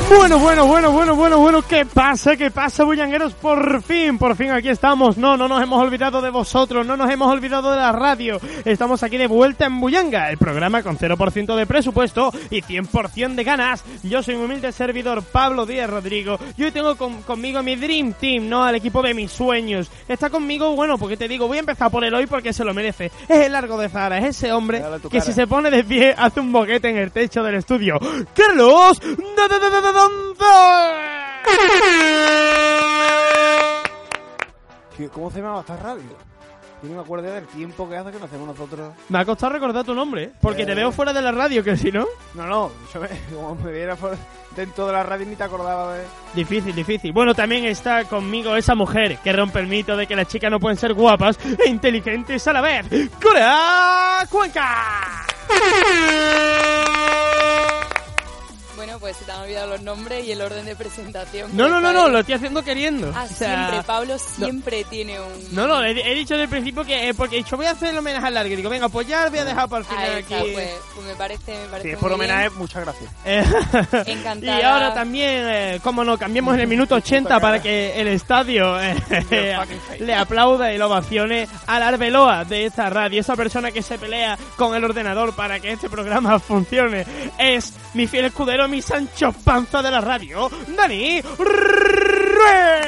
Bueno, ¿qué pasa, bullangueros? Por fin aquí estamos. No nos hemos olvidado de vosotros, no nos hemos olvidado de la radio. Estamos aquí de vuelta en Bullanga, el programa con 0% de presupuesto y 100% de ganas. Yo soy un humilde servidor, Pablo Díaz Rodrigo, y hoy tengo conmigo a mi Dream Team, ¿no? Al equipo de mis sueños. Está conmigo, bueno, porque te digo, voy a empezar por él hoy porque se lo merece. Es el largo de Zara, es ese hombre que si se pone de pie hace un boquete en el techo del estudio. ¡Carlos! ¿Cómo se llamaba esta radio? Yo no me acuerdo del tiempo que hace que no hacemos nosotros. Me ha costado recordar tu nombre, ¿eh? Porque te veo fuera de la radio, que si no... No, como me viera dentro de la radio ni te acordaba de... Difícil. Bueno, también está conmigo esa mujer que rompe el mito de que las chicas no pueden ser guapas e inteligentes a la vez. ¡Cora Cuenca! Bueno, pues se te han olvidado los nombres y el orden de presentación. No, lo estoy haciendo queriendo. Siempre, Pablo siempre tiene un... No, he dicho desde el principio que... Porque he dicho, voy a hacer el homenaje al largo. Y digo, venga, pues ya voy a dejar para el final aquí. Pues me parece si es por homenaje, muchas gracias. Encantada. Y ahora también, como no, cambiemos en el minuto 80 para que el estadio le aplauda y lo ovacione al Arbeloa de esta radio. Esa persona que se pelea con el ordenador para que este programa funcione. Es mi fiel escudero, mi Sancho Panza de la radio, Dani Ruiz.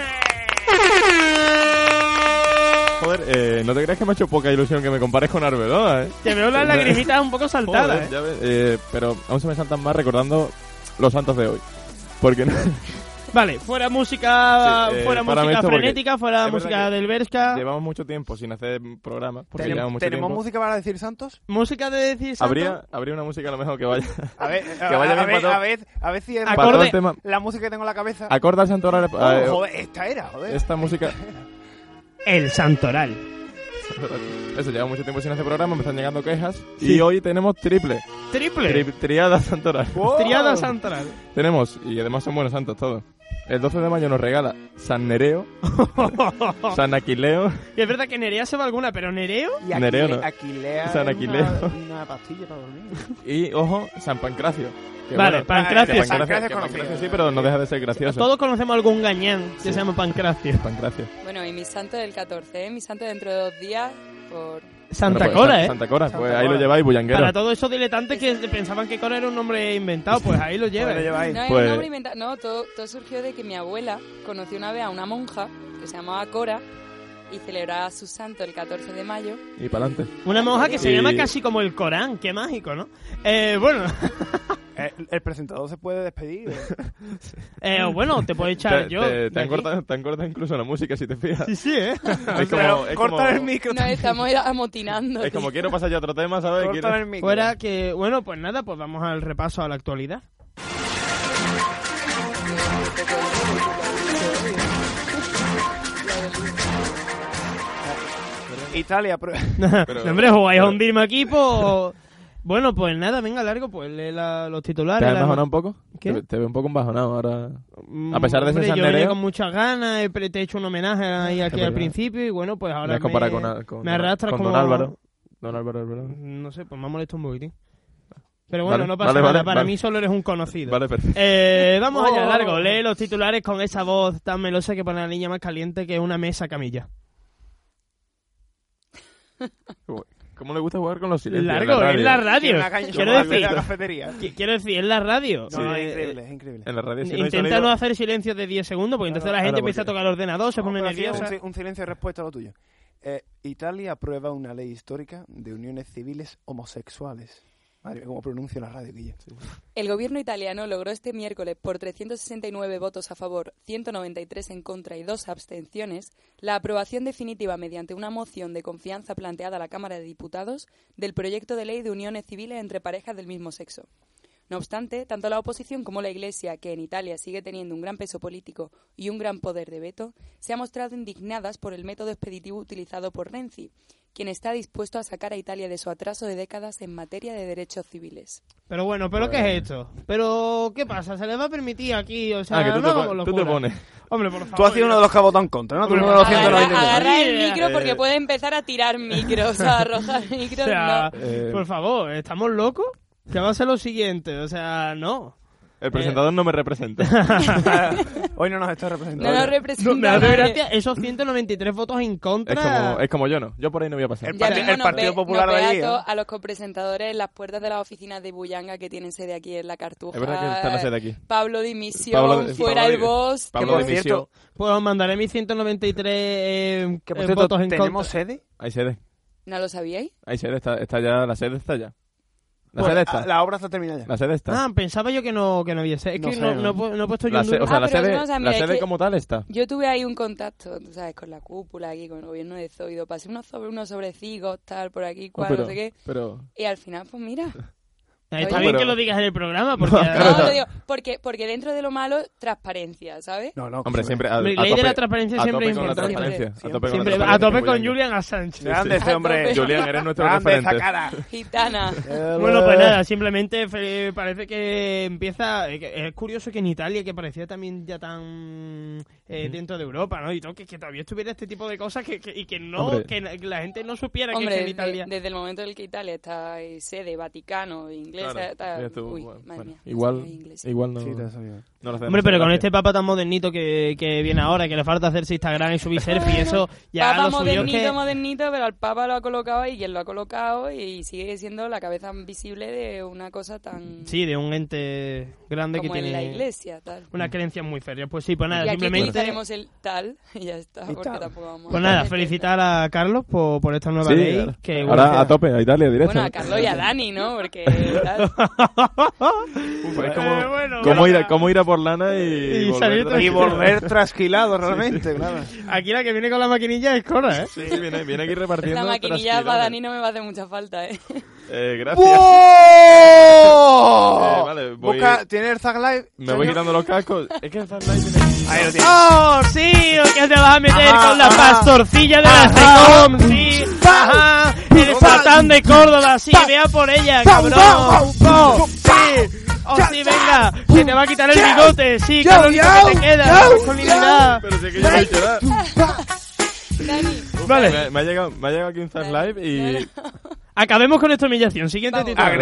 Joder, no te creas que me ha hecho poca ilusión que me compares con Arbeloa, Te veo las lagrimitas un poco saltadas. Joder, ya ves, pero aún se me saltan más recordando los santos de hoy. Porque no... Vale, fuera música, fuera música frenética, fuera música del Berska. Llevamos mucho tiempo sin hacer programas. ¿Tenemos música para decir santos? ¿Música de decir santos? Habría una música a lo mejor que vaya. A ver si es la música que tengo en la cabeza. Acorde al santoral. Joder, Esta música. El santoral. Eso, lleva mucho tiempo sin hacer programa, me están llegando quejas. Sí. Y hoy tenemos triple. Triada santoral. Wow. Triada santoral. Tenemos, y además son buenos santos todos. El 12 de mayo nos regala San Nereo, San Aquileo. Y es verdad que Nerea se va alguna, pero ¿Nereo? Y Nereo no. Aquilea San Aquileo. Una pastilla para dormir. Y, ojo, San Pancracio. Vale, Pancracio. Pancracio sí, pero no deja de ser gracioso. Todos conocemos algún gañán que se llama Pancracio. Bueno, y mi santo del 14, mi santo dentro de 2 días por... Santa Cora, Santa Cora, pues ahí lo lleváis, bullanguero. Para todos esos diletantes que pensaban que Cora era un nombre inventado, pues ahí lo lleváis. No es un nombre inventado, no, todo surgió de que mi abuela conoció una vez a una monja que se llamaba Cora y celebraba su santo el 14 de mayo. Y para adelante. Una monja que se llama casi como el Corán, qué mágico, ¿no? Bueno... El presentador se puede despedir. Bueno, te puedo echar yo. Te han cortado incluso la música, si te fijas. Sí, ¿eh? Cortar el micro. Nos estamos amotinando. Es como quiero pasar ya a otro tema, ¿sabes? Cortar el micro. Fuera que... Bueno, pues nada, pues vamos al repaso a la actualidad. Italia, pero... Hombre, jugáis a hundirme aquí, pues... Bueno, pues nada, venga, largo, pues lee los titulares. ¿Te has embajonado un poco? ¿Qué? Te veo un poco embajonado ahora. A pesar de ese San Yo Nereo. venía con muchas ganas, te he hecho un homenaje ahí aquí al principio y bueno, pues ahora me arrastras como... Don Álvaro. Don Álvaro, ¿verdad? No sé, pues me ha molestado un poquitín. Pero bueno, vale, no pasa nada, para mí solo eres un conocido. Vale, perfecto. Vamos allá, largo, lee los titulares con esa voz tan melosa que pone a la niña más caliente que una mesa camilla. ¿Cómo le gusta jugar con los silencios? Largo, es la radio. Quiero decir, es la radio. No, es increíble. En la radio Intenta no hacer silencio de 10 segundos, porque entonces la gente empieza a tocar el ordenador, se pone nerviosa. Un silencio de respuesta a lo tuyo. Italia aprueba una ley histórica de uniones civiles homosexuales. Madre mía, cómo pronuncio la radio, Guille. Sí. El gobierno italiano logró este miércoles, por 369 votos a favor, 193 en contra y 2 abstenciones, la aprobación definitiva mediante una moción de confianza planteada a la Cámara de Diputados del proyecto de ley de uniones civiles entre parejas del mismo sexo. No obstante, tanto la oposición como la Iglesia, que en Italia sigue teniendo un gran peso político y un gran poder de veto, se han mostrado indignadas por el método expeditivo utilizado por Renzi, quien está dispuesto a sacar a Italia de su atraso de décadas en materia de derechos civiles. Pero bueno, ¿pero qué es esto? ¿Pero qué pasa? ¿Se les va a permitir aquí? O sea, que tú te pones. Hombre, por favor. Tú has sido uno de los que ha votado en contra, ¿no? Agarra el micro porque puede empezar a tirar micros, o sea, arrojar micros, o sea, no. Por favor, ¿estamos locos? Que va a ser lo siguiente, o sea, no. El presentador no me representa. Hoy no nos está representando. No nos representa. Me hace gracia esos 193 votos en contra. Es como yo no. Yo por ahí no voy a pasar. Ya mismo el Partido Popular nos de ve allí, a los copresentadores en las puertas de las oficinas de Buyanga que tienen sede aquí en La Cartuja. Es verdad que está la sede aquí. Pablo Dimisión, fuera el boss. Pablo por Dimisión. cierto, Pues os mandaré mis 193 que por cierto, votos en ¿tenemos contra. sede? Hay sede. ¿No lo sabíais? Hay sede. Está ya. La sede está ya. La Pues, sede está. La obra está terminada ya. La sede está. Ah, pensaba yo que no había sede. Es No que sé, no no. he puesto yo La un sede, duro. o sea, la pero sede, no, o sea, la mira, sede es que- como tal está. Yo tuve ahí un contacto, tú sabes, con la cúpula aquí, con el gobierno de Zoido. Pasé unos sobrecigos, tal, por aquí, cual, no sé qué. Pero... Y al final, pues mira. Está Oye, bien pero- que lo digas en el programa, porque No, lo digo, porque dentro de lo malo, transparencia, ¿sabes? No, Hombre, siempre a la ley tope, de la transparencia a siempre tope es con la importante. transparencia. Siempre. Siempre, la a tope transparencia, con Julian Assange. Grande este hombre. tope. Julián, eres nuestro Grande esa referente. cara. Gitana. Bueno, pues nada, simplemente parece que empieza... Es curioso que en Italia, que parecía también ya tan dentro de Europa, ¿no? Y todo, que todavía estuviera este tipo de cosas y que no Hombre. que la gente no supiera Hombre, que en Italia... desde el momento en el que Italia está en sede, Vaticano, inglesa, Claro, está... ya tú, Uy, bueno, madre mía, igual soy inglesa. no... Sí, te has oído. no lo hacemos. Hombre, pero con Gracias. este papa tan modernito que viene ahora, que le falta hacerse Instagram y subir selfie, eso ya Papa lo suyo es que... modernito, pero al Papa lo ha colocado y quien lo ha colocado y sigue siendo la cabeza visible de una cosa tan... Sí, de un ente grande como que en tiene... la iglesia, tal. Una creencia muy férrea. Pues sí, pues nada, Y aquí simplemente... utilizaremos el tal y ya está, Y porque tal. tampoco vamos Pues a nada, meter felicitar a Carlos por esta nueva Sí, ley. claro. Que Ahora a tope, a Italia directo. Bueno, a Carlos y a Dani, ¿no? Porque tal. Uf, es como, bueno, cómo ir a por lana y volver salir tranquilo. Y volver trasquilado, realmente, claro. Aquí la que viene con la maquinilla es Cora, ¿eh? Sí, viene aquí repartiendo. La maquinilla trasquiladas. para Dani no me va a hacer mucha falta, ¿eh? Gracias. ¡Oh! Vale, voy... ¿Tiene el Zag Live? Me voy quitando los cascos. Es que el Fanlight tiene... Ahí lo tiene. ¡Oh, sí! Lo que te vas a meter Ajá, con la ajá. pastorcilla de la Ajá. Secom, sí. Ajá. El Satán de Córdoba, sí, vea por ella, cabrón. Oh, sí. Oh, sí, venga. Que te va a quitar el bigote, sí, que es lo único que te queda. Masculinidad. Pero si es que yo no he hecho nada. Dani. Vale, Me ha llegado aquí un Zag Live y... acabemos con esta humillación. Siguiente Vamos. titular.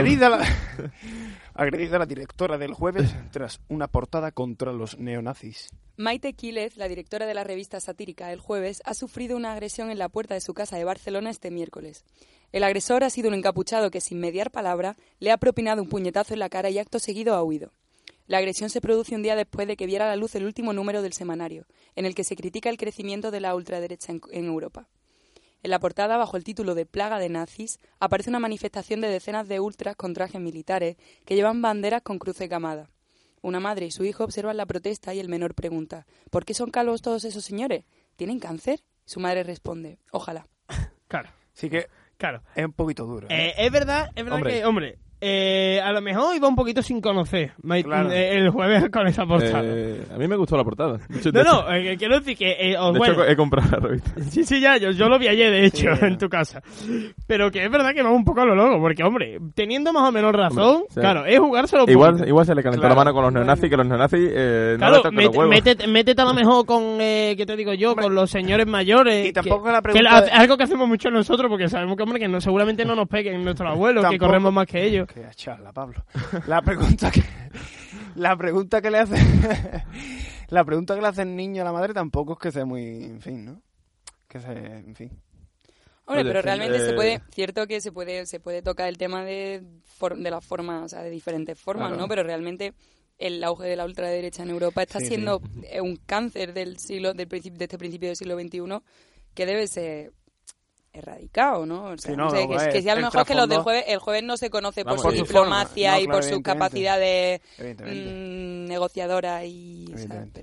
Agredida la directora del Jueves tras una portada contra los neonazis. Maite Quílez, la directora de la revista satírica El Jueves, ha sufrido una agresión en la puerta de su casa de Barcelona este miércoles. El agresor ha sido un encapuchado que, sin mediar palabra, le ha propinado un puñetazo en la cara y acto seguido ha huido. La agresión se produce un día después de que viera a la luz el último número del semanario, en el que se critica el crecimiento de la ultraderecha en Europa. En la portada, bajo el título de Plaga de nazis, aparece una manifestación de decenas de ultras con trajes militares que llevan banderas con cruces gamada. Una madre y su hijo observan la protesta y el menor pregunta: ¿por qué son calvos todos esos señores? ¿Tienen cáncer? Su madre responde: ojalá. Claro, Así que claro. es un poquito duro. Es verdad Hombre. que, hombre, a lo mejor iba un poquito sin conocer Claro. el Jueves con esa portada. a mí me gustó la portada. No, quiero decir que... De bueno, hecho, he comprado la revista. sí, ya, yo lo vi ayer, de hecho, Sí, en tu casa. Pero que es verdad que va un poco a lo loco, porque, hombre, teniendo más o menos razón, Hombre, sí. claro, es jugárselo un poquito. Igual se le calentó Claro. la mano con los neonazis, que los neonazis no le Claro, tocan los huevos. métete a lo mejor con, ¿qué te digo yo? Hombre, Con los señores mayores. y tampoco que, la pregunta que de- algo que hacemos mucho nosotros, porque sabemos que, hombre, que seguramente no nos peguen nuestros abuelos, que Tampoco- corremos más que ellos. Que charla, Pablo. La pregunta que le hace la pregunta que le hace el niño a la madre tampoco es que sea muy, en fin, ¿no? En fin. Hombre, Oye, pero sí, realmente cierto que se puede tocar el tema de las formas, o sea, de diferentes formas, Claro. ¿no? Pero realmente el auge de la ultraderecha en Europa está Sí, siendo un cáncer de este principio del siglo XXI que debe ser erradicado, ¿no? O sea, Sí, no no, sé, que si a lo el mejor que los del trasfondo- el jueves no se conoce Vamos, por su por su diplomacia forma. No, y claro, por su evidentemente. capacidad de Evidentemente. negociadora y, ¿sabes? Evidentemente.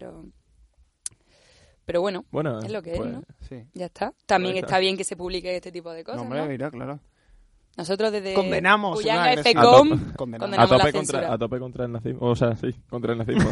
Pero bueno, Bueno, es lo que pues, es, ¿no? Sí. Ya está. También Pues está bien que se publique este tipo de cosas, No, hombre, ¿no? mira, claro. Nosotros desde Condenamos Buyanga una agresión. FECOM Condenamos. condenamos la a censura. tope contra el nazismo. O sea, sí, contra el nazismo.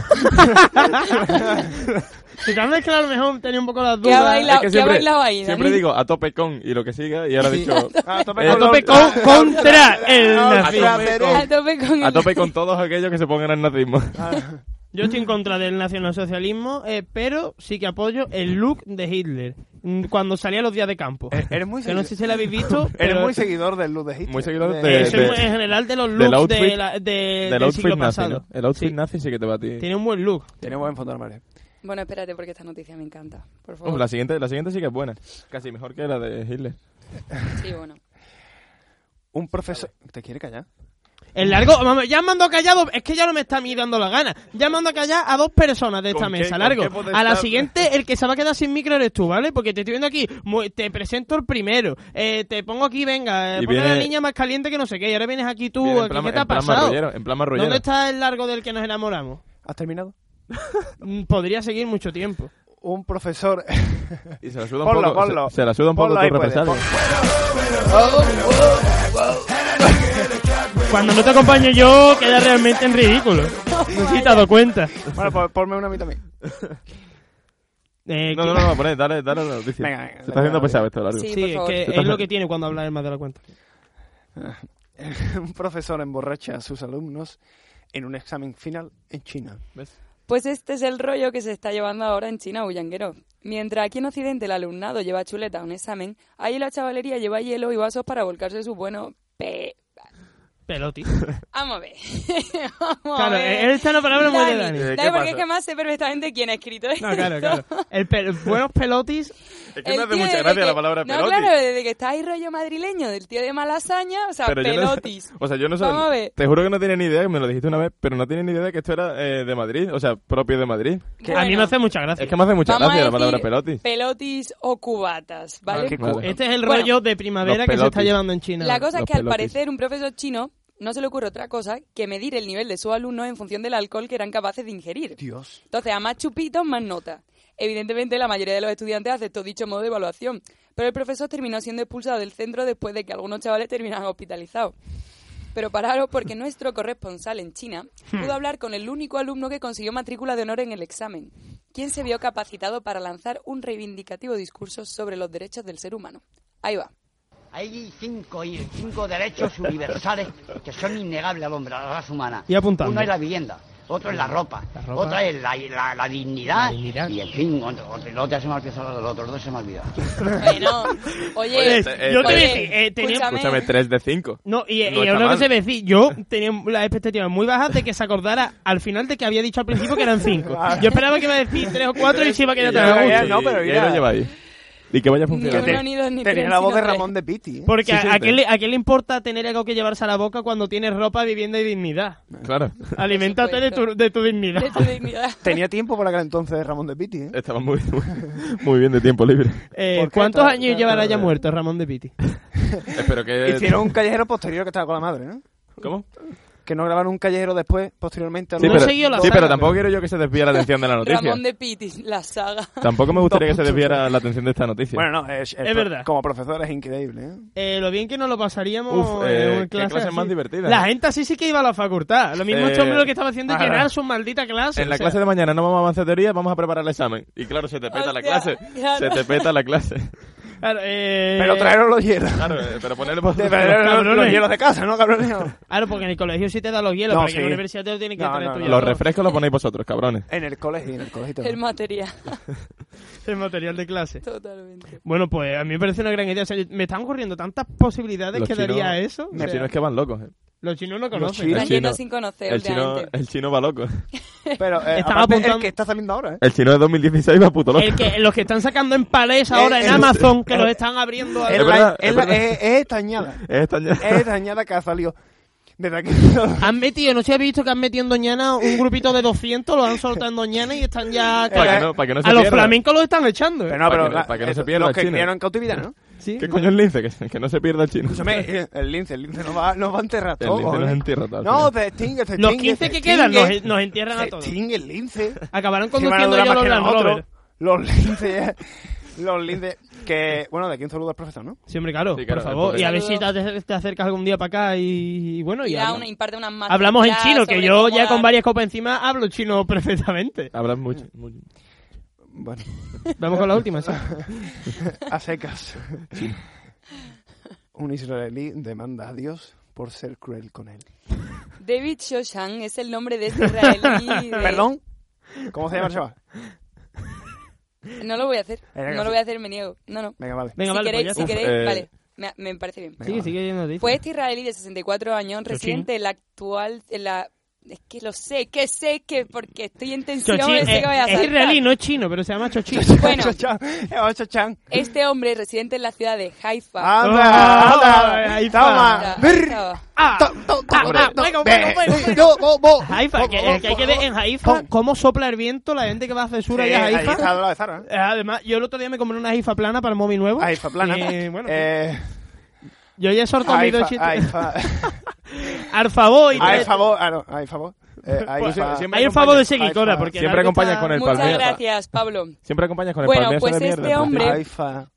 Si tal vez que a lo mejor tenía un poco las ¿Qué ha dudas. bailado, Es que ¿qué ha bailado ahí, siempre Dani? digo a tope con y lo que siga, y ahora he dicho A tope A A tope contra el nazismo. A tope con a el... tope con todos aquellos que se pongan al nazismo. Yo estoy en contra del nacionalsocialismo, pero sí que apoyo el look de Hitler. cuando salía los días de campo. Eres muy Que no sé si lo habéis visto. Eres muy seguidor del look de Hitler. Muy seguidor Soy en general de los looks outfit, del siglo nazi, pasado. ¿no? El outfit Sí. nazi sí que te va a ti. Tiene un buen look. Tiene buen fondo armario. Bueno, espérate porque esta noticia me encanta. Por favor. La siguiente sí que es buena. Casi mejor que la de Hitler. Sí, bueno. Un profesor... ¿Te quiere callar? El largo, vamos, ya mando callado, es que ya no me está a mí dando la gana. Ya mando a callar a 2 personas de esta ¿Con qué- mesa, con largo. qué potestad? A la siguiente, el que se va a quedar sin micro eres tú, ¿vale? Porque te estoy viendo aquí, te presento el primero, te pongo aquí, venga, Y ponme viene- la niña más caliente que no sé qué, y ahora vienes aquí tú, Viene en aquí, plan- ¿qué te ha en plan pasado? marrullero, en plan marrullero. ¿Dónde está el largo del que nos enamoramos? ¿Has terminado? Podría seguir mucho tiempo. Un profesor... Y se la suda un Ponlo, poco, ponlo. se la suda un poco Ponlo tu ahí, puedes. represalia. Cuando no te acompaño yo, queda realmente en ridículo. No sé si te has dado cuenta. Bueno, pues ponme una a mí también. No, poné, dale la noticia. Venga, se está haciendo pesado esto, largo. Sí, Sí, por es favor. que es lo que tiene cuando habla más de la cuenta. Un profesor emborracha a sus alumnos en un examen final en China. ¿Ves? Pues este es el rollo que se está llevando ahora en China, bullanguero. Mientras aquí en Occidente el alumnado lleva chuleta a un examen, ahí la chavalería lleva hielo y vasos para volcarse su bueno Peloti. Vamos a ver. Claro, él está en una palabra muy de Dani. Dani, porque es que más sé perfectamente quién ha escrito esto. No, claro. Buenos pelotis. Es que El me hace tío mucha desde gracia que- la palabra No, peloti. claro, desde que está ahí rollo madrileño del tío de Malasaña, o sea, Pero yo no- pelotis. o sea, yo no sé. Vamos a ver. Te juro que no tenía ni idea, que me lo dijiste una vez, pero no tenía ni idea de que esto era de Madrid, o sea, propio de Madrid. Bueno, A mí me hace mucha gracia. Es que me hace mucha vamos a gracia la palabra decir peloti. pelotis o cubatas, ¿vale? Vale. Este es el Bueno, rollo de primavera los que se está pelotis. llevando en China. La cosa es Los que al pelotis. parecer un profesor chino no se le ocurre otra cosa que medir el nivel de sus alumnos en función del alcohol que eran capaces de ingerir. Dios. Entonces, a más chupitos, más notas. Evidentemente, la mayoría de los estudiantes aceptó dicho modo de evaluación, pero el profesor terminó siendo expulsado del centro después de que algunos chavales terminaran hospitalizados. Pero pararos, porque nuestro corresponsal en China pudo hablar con el único alumno que consiguió matrícula de honor en el examen, quien se vio capacitado para lanzar un reivindicativo discurso sobre los derechos del ser humano. Ahí va. Hay cinco derechos universales que son innegables al hombre, a la raza humana. Y apuntando. Uno es la vivienda, otro es la ropa, otra es la dignidad, La dignidad. y en fin, otro ya se me ha olvidado del otro, dos se me ha olvidado. Bueno, oye, Oye, yo te voy a oye, decir, tenía... Escúchame, 3 de 5. No, y No es está lo que mal. se ve decir, yo tenía las expectativas muy bajas de que se acordara al final de que había dicho al principio que eran 5. Yo esperaba que iba a decir 3 o 4 y se iba a quedar Ya, tan a ya, gusto. no, pero y mira. ahí lo lleva ahí. Y que vaya a ni funcionar. uno, ni dos, ni Tenía tres, la voz sino de tres. Ramón de Pitti, ¿eh? Porque Sí, a siempre. quién le importa tener algo que llevarse a la boca cuando tienes ropa, vivienda y dignidad. Claro. Aliméntate de tu dignidad. De tu dignidad. Tenía tiempo por aquel entonces Ramón de Pitti, ¿eh? Estaba muy bien de tiempo libre. ¿Por qué? ¿Cuántos años llevará ya muerto Ramón de Pitti? Espero que... Hicieron un callejero posterior que estaba con la madre, ¿no? ¿Cómo? Que no grabaron un callejero después, posteriormente. a Sí, No los- he seguido la sí, saga, pero tampoco quiero yo que se desvíe la atención de la noticia. Ramón de Pitis, la saga. Tampoco me gustaría que se desviara la atención de esta noticia. Bueno, no, es verdad. Como profesor es increíble, ¿eh? Lo bien que nos lo pasaríamos Uf, en qué clase clase así. más divertida, La ¿eh? gente así sí que iba a la facultad. Lo mismo este hombre lo que estaba haciendo es ahora. llenar su maldita clase. En la o sea. clase de mañana no vamos a avanzar teoría, vamos a preparar el examen. Y claro, se te peta la Hostia, clase. claro. Se te peta la clase. Claro, Pero traeros los hielos. Claro, pero ponerle por... De traeros los cabrones. hielos de casa, ¿no, cabrones? Claro, porque en el colegio sí te da los hielos, No, pero sí. en la universidad te lo tienes que No, traer no, tú no. ya Los todo. refrescos los ponéis vosotros, cabrones. En el colegio. El material. El material de clase. Totalmente. Bueno, pues a mí me parece una gran idea. O sea, me están ocurriendo tantas posibilidades Los que chinos- daría eso. O Los sea, chinos es que van locos. los chinos no conocen. chinos- Están yendo sin conocer últimamente. El chino va loco. Pero Estaba aparte, apuntando- el que está saliendo ahora, ¿eh? El chino de 2016 va puto loco. Los que están sacando en palés ahora en el- Amazon, que los están abriendo a... Es verdad, es verdad. es esta añada. Es estañado. Es esta añada que ha salido. Desde aquí. Han metido, no sé si habéis visto que han metido en Doñana un grupito de 200, los han soltado en Doñana y están ya... Para que no se a los pierda. flamencos los están echando. Pero no, pero para que no se pierda los el que chino. criaron en cautividad, ¿no? Sí. ¿Qué coño es lince? Que no se pierda el chino. Escúchame, el lince nos va a enterrar El todo. lince nos ¿eh? entierra todo. No, se extingue, se Los extingue. 15 se que quedan extingue. nos entierran a Se todos. extingue el lince. Acabarán Que van a conduciendo durar ellos más los que Land nosotros. Rover. Los linces, los linces. Que, bueno, de aquí un saludo al profesor, ¿no? Sí, hombre, claro, Sí, claro, por favor. el Y a ver si saludo. te acercas algún día para acá y bueno, Y habla- imparte unas más. hablamos en chino, que yo ya con varias copas encima hablo chino perfectamente. Hablan mucho. mucho. Bueno, Vamos con la última, ¿sí? a secas. Un israelí demanda a Dios por ser cruel con él. David Shoshan es el nombre de este israelí. ¿Perdón? ¿Cómo se llama el chaval? No lo voy a hacer. Venga, No lo voy a hacer, me niego. No. Venga, vale. Venga, Si vale, queréis, pues ya si está. queréis, vale. Me parece bien. Sí, sigue yendo noticia. Fue este israelí de 64 años, residente en la actual... Es que lo sé, porque estoy en tensión, Chochín, sé que voy a es saltar. israelí, no es chino, pero se llama Chochín. Bueno, Chochan. este hombre residente en la ciudad de Haifa. Anda, ahí toma. Haifa, que hay que ver en Haifa cómo sopla el viento la gente que va a hacer sur allá a Ahí Haifa. está la de Zara. Además, yo el otro día me compré una Haifa plana para el móvil nuevo. Haifa plana. Bueno, yo ya he sorteado mi dos chistes. Haifa. Al favor y Hay favor. Hay favor. Siempre hay el favor de acompañas- seguir, Cora, porque Siempre Largo acompañas está- con el Muchas palmeo. gracias, Pablo. Siempre acompañas con el Bueno, palmeo pues de mierda. este hombre- Haifa.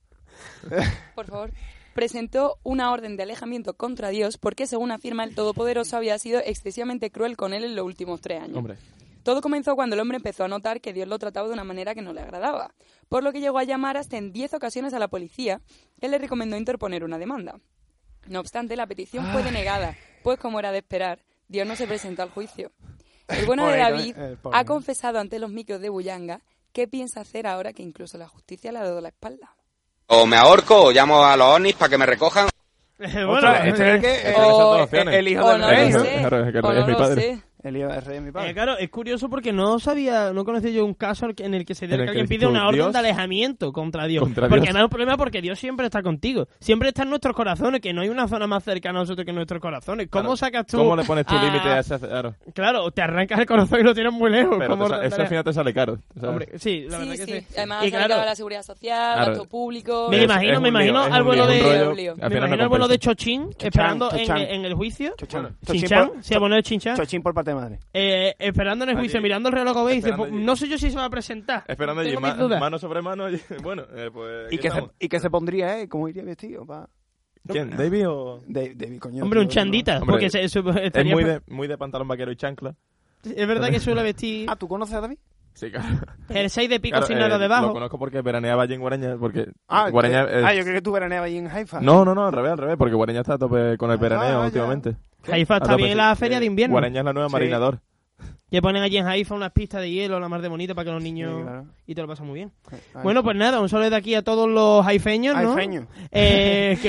Por favor. Presentó una orden de alejamiento contra Dios porque, según afirma, el Todopoderoso había sido excesivamente cruel con él en los últimos 3 años. Hombre. Todo comenzó cuando el hombre empezó a notar que Dios lo trataba de una manera que no le agradaba, por lo que llegó a llamar hasta en 10 ocasiones a la policía, que le recomendó interponer una demanda. No obstante, la petición fue denegada, pues como era de esperar, Dios no se presentó al juicio. El bueno de David ha confesado ante los micros de Buyanga qué piensa hacer ahora que incluso la justicia le ha dado la espalda. O me ahorco o llamo a los ovnis para que me recojan. Bueno, Este es que Esas dos opciones. el hijo O del no rey, lo ¿no? sé, Claro, es que el o rey no es mi lo padre. sé. El hijo del rey es mi padre. claro, es curioso porque no conocía yo un caso en el que se En diera el que que alguien pide dices tú, una orden Dios, de alejamiento contra Dios. contra Porque Dios. no hay un problema porque Dios siempre está contigo. Siempre está en nuestros corazones, que no hay una zona más cercana a nosotros que nuestros corazones. ¿Cómo Claro. sacas tú? ¿Cómo le pones tu a- límite a ese? Claro. Claro, te arrancas el corazón y lo tienes muy lejos. Pero ¿Cómo eso al final te sale caro. ¿sabes? Hombre, sí, la verdad Sí, que sí. sí. Además, Y se claro, la seguridad social, Claro. gasto público... Me Es- imagino, es un me imagino lío, es al un bueno lío, de... un rollo. lío. Me Al final imagino no al bueno compensa. de Chochín esperando Chochán. en el juicio. Chochán. Chinchán, sí, bueno, de Chinchán. Chochín por parte de madre. Esperando en el juicio, Allí. mirando el reloj y dice, Esperando pues, allí. no sé yo si se va a presentar. Esperando allí, Tengo mis dudas. mano sobre mano. Y, bueno, pues. ¿Y aquí qué, estamos. se pondría, ¿Cómo iría vestido? ¿Quién? ¿David o.? David, coño. Hombre, un tío, chandita, Hombre, porque Es estaría... muy de pantalón vaquero y chancla. Es verdad que suele vestir Ah, ¿tú conoces a David? Sí, claro. jersey de pico Claro, sin nada Lo debajo. conozco porque veraneaba allí en Guareña. Porque Ah, Guareña yo creo que tú veraneabas ahí en Haifa. No, al revés. Porque Guareña está a tope con el veraneo ya. últimamente. Haifa está bien en la feria de invierno. Guareña es la nueva Sí. Marinador. Que ponen allí en Haifa unas pistas de hielo, la más de bonita, para que los niños... Sí, claro. Y te lo pasan muy bien. Ay, Bueno, pues nada, un saludo de aquí a todos los haifeños, ¿no? Haifeños. Que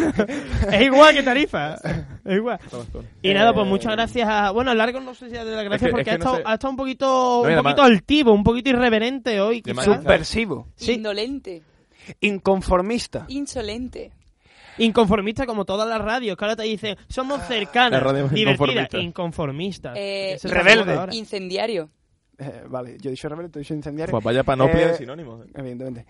es igual que Tarifa. Es igual. Y nada, pues muchas gracias a... Bueno, Largo no sé si ha de las gracias que- porque es que no sé. ha estado un poquito No, y además- altivo, un poquito irreverente hoy. Y además- quizás. Subversivo. Sí. Indolente, Inconformista. insolente. Inconformista como todas las radios, que ahora te dicen, somos cercanas, La radio es divertidas, inconformista. inconformistas. Ese es el rebelde. modo ahora. Incendiario. Vale, yo he dicho rebelde, tú he dicho incendiario. Pues vaya panoplia de Eh, sinónimos. Evidentemente.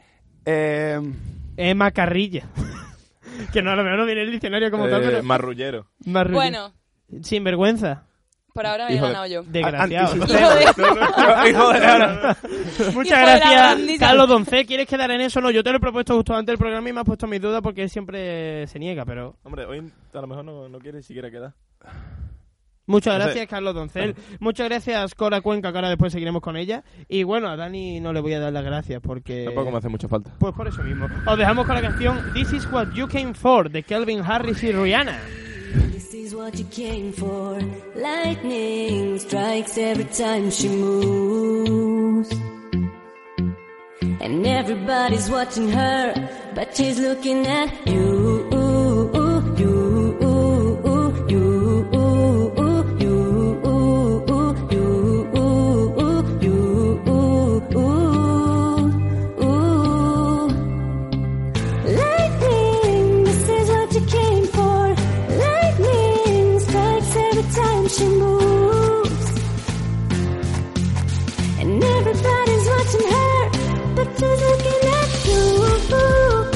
Macarrilla. Que no, a lo mejor no viene el diccionario como tal, pero... Marrullero. Marrulla. Bueno, Sinvergüenza. por ahora me he Hijo de- ganado yo. Desgraciado. Hijo de... Hijo de ahora. Muchas Hijo de la gracias, grandísima. Carlos Doncel. ¿Quieres quedar en eso? No, yo te lo he propuesto justo antes del programa y me has puesto mis dudas porque él siempre se niega, pero... Hombre, hoy a lo mejor no quiere siquiera quedar. Muchas No sé. gracias, Carlos Doncel. Muchas gracias, Cora Cuenca, que ahora después seguiremos con ella. Y bueno, a Dani no le voy a dar las gracias porque... Tampoco me hace mucha falta. Pues por eso mismo. Os dejamos con la canción This Is What You Came For, de Calvin Harris y Rihanna. This is what you came for. Lightning strikes every time she moves. And everybody's watching her, but she's looking at you. Lightning, this is what you came for. Lightning strikes every time she moves. And everybody's watching her, but she's looking at you.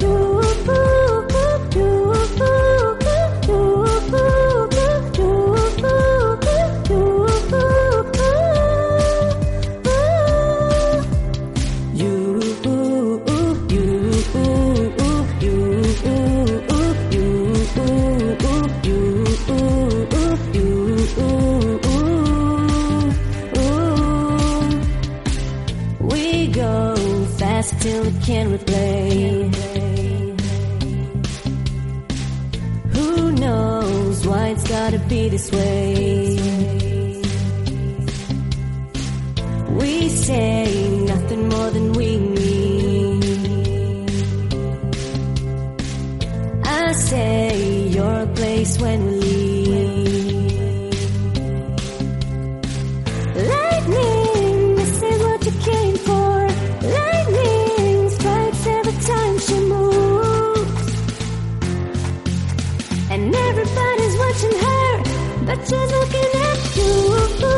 We go fast till we can't replay. Who knows why it's gotta be this way? We say nothing more than we mean. say your place when we leave. Lightning, this is what you came for. Lightning strikes every time she moves. And everybody's watching her, but she's looking at you.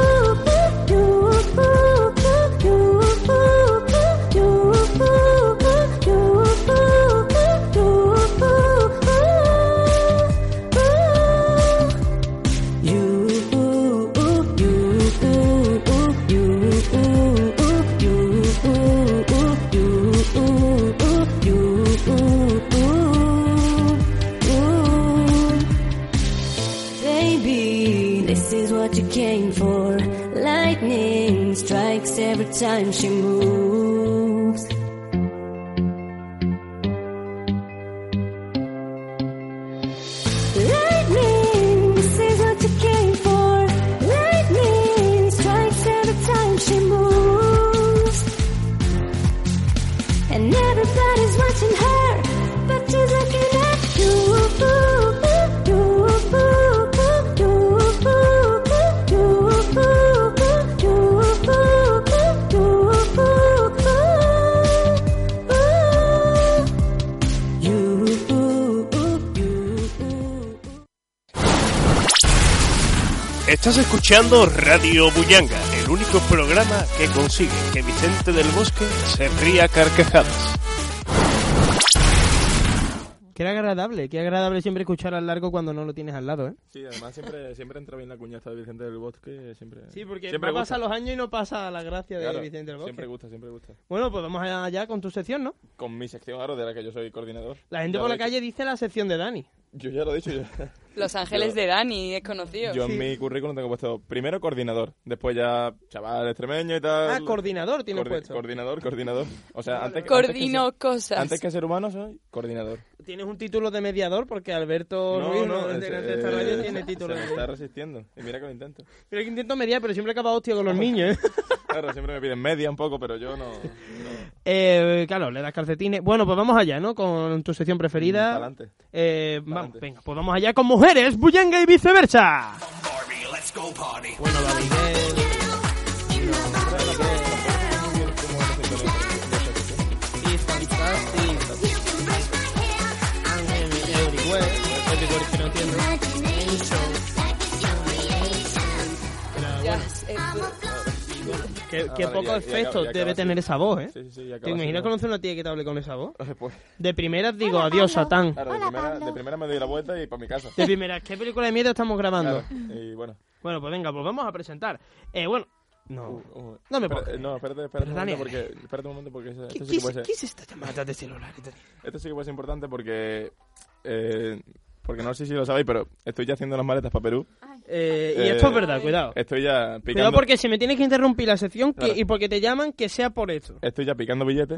What you came for. Lightning strikes every time she moves. Lightning, this is what you came for. Lightning strikes every time she moves. And everybody's watching her, but she's looking at you. Estás escuchando Radio Bullanga, el único programa que consigue que Vicente del Bosque se ría a carcajadas. Qué agradable siempre escuchar al Largo cuando no lo tienes al lado, ¿eh? Sí, además siempre entra bien la cuñaza de Vicente del Bosque, siempre. Sí, porque siempre pasan los años y no pasa la gracia claro, de Vicente del Bosque. Siempre gusta. Bueno, pues vamos allá con tu sección, ¿no? Con mi sección, claro, de la que yo soy coordinador. La gente por la calle dice la sección de Dani. Yo ya lo he dicho. Los Ángeles de Dani, es conocido. Yo en mi currículum tengo puesto primero coordinador, después ya chaval extremeño y tal. Ah, coordinador tienes puesto. Coordinador. O sea, antes que ser humano soy coordinador. Tienes un título de mediador porque Alberto Ruiz de esta radio tiene título se de me está resistiendo. Y mira que lo intento. Mira que intento mediar, pero siempre acaba hostia con los niños, ¿eh? Claro, siempre me piden media un poco, pero yo no. Claro, le das calcetines. Bueno, pues vamos allá, ¿no? Con tu sección preferida. Adelante. Vamos, venga, pues vamos allá con mujeres, Bullanga y viceversa. Bueno, Qué poco efecto debe tener esa voz, ¿eh? Sí, ¿Te imaginas conocer a una tía que te hable con esa voz? Pues, De primeras digo, adiós, Satán. claro, de primera me doy la vuelta y para mi casa. De primeras, ¿qué película de miedo estamos grabando? Claro, y bueno. Bueno, pues venga, pues vamos a presentar. No me puedo creer. No, espérate un momento porque esto sí que puede ser. ¿Qué es esta llamada de celular? Esto sí que puede ser importante porque no sé si lo sabéis, pero estoy ya haciendo las maletas para Perú. Y esto es verdad, cuidado. Estoy ya picando. Cuidado porque si me tienes que interrumpir la sección claro. Y porque te llaman, que sea por esto. Estoy ya picando billetes.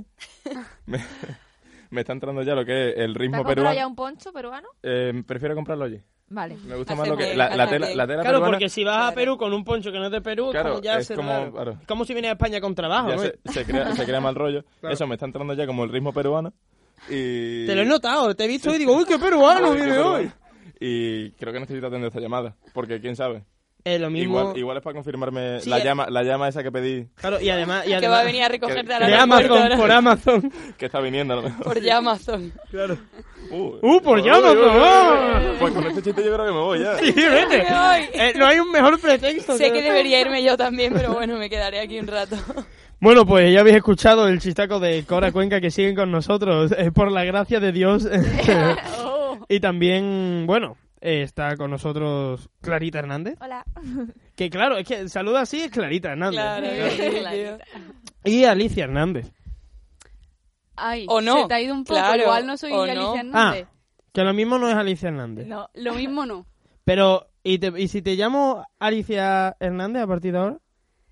me está entrando ya lo que es el ritmo peruano. ¿Te has comprado ya un poncho peruano? Prefiero comprarlo allí. Vale. Me gusta más lo que la tela claro, peruana. Porque si vas a Perú con un poncho que no es de Perú, claro, como ya es como, como si vienes a España con trabajo, ¿no? Se crea mal rollo. Claro. Eso me está entrando ya como el ritmo peruano. Y... Te lo he notado, te he visto y digo, uy, qué peruano viene hoy. Y creo que necesito atender esta llamada, porque quién sabe. Lo mismo... igual es para confirmarme sí, la llama esa que pedí. Claro, y además que va a venir a recogerte a la de Amazon, por Amazon. Que está viniendo a lo mejor. Por Amazon. Claro. Por Amazon. Pues con este chiste yo creo que me voy ya. Sí, vete. No hay un mejor pretexto. Sé que debería irme yo también, pero bueno, me quedaré aquí un rato. Bueno, pues ya habéis escuchado el chistaco de Cora Cuenca que siguen con nosotros. Por la gracia de Dios. Y también, bueno... está con nosotros Clarita Hernández. Hola. Que claro, es que saluda así es Clarita Hernández. Claro. Clarita. Y Alicia Hernández. Ay, o no. Se te ha ido un poco, claro, igual no soy Alicia Hernández. Que lo mismo no es Alicia Hernández. No, lo mismo no. Pero, ¿y si te llamo Alicia Hernández a partir de ahora?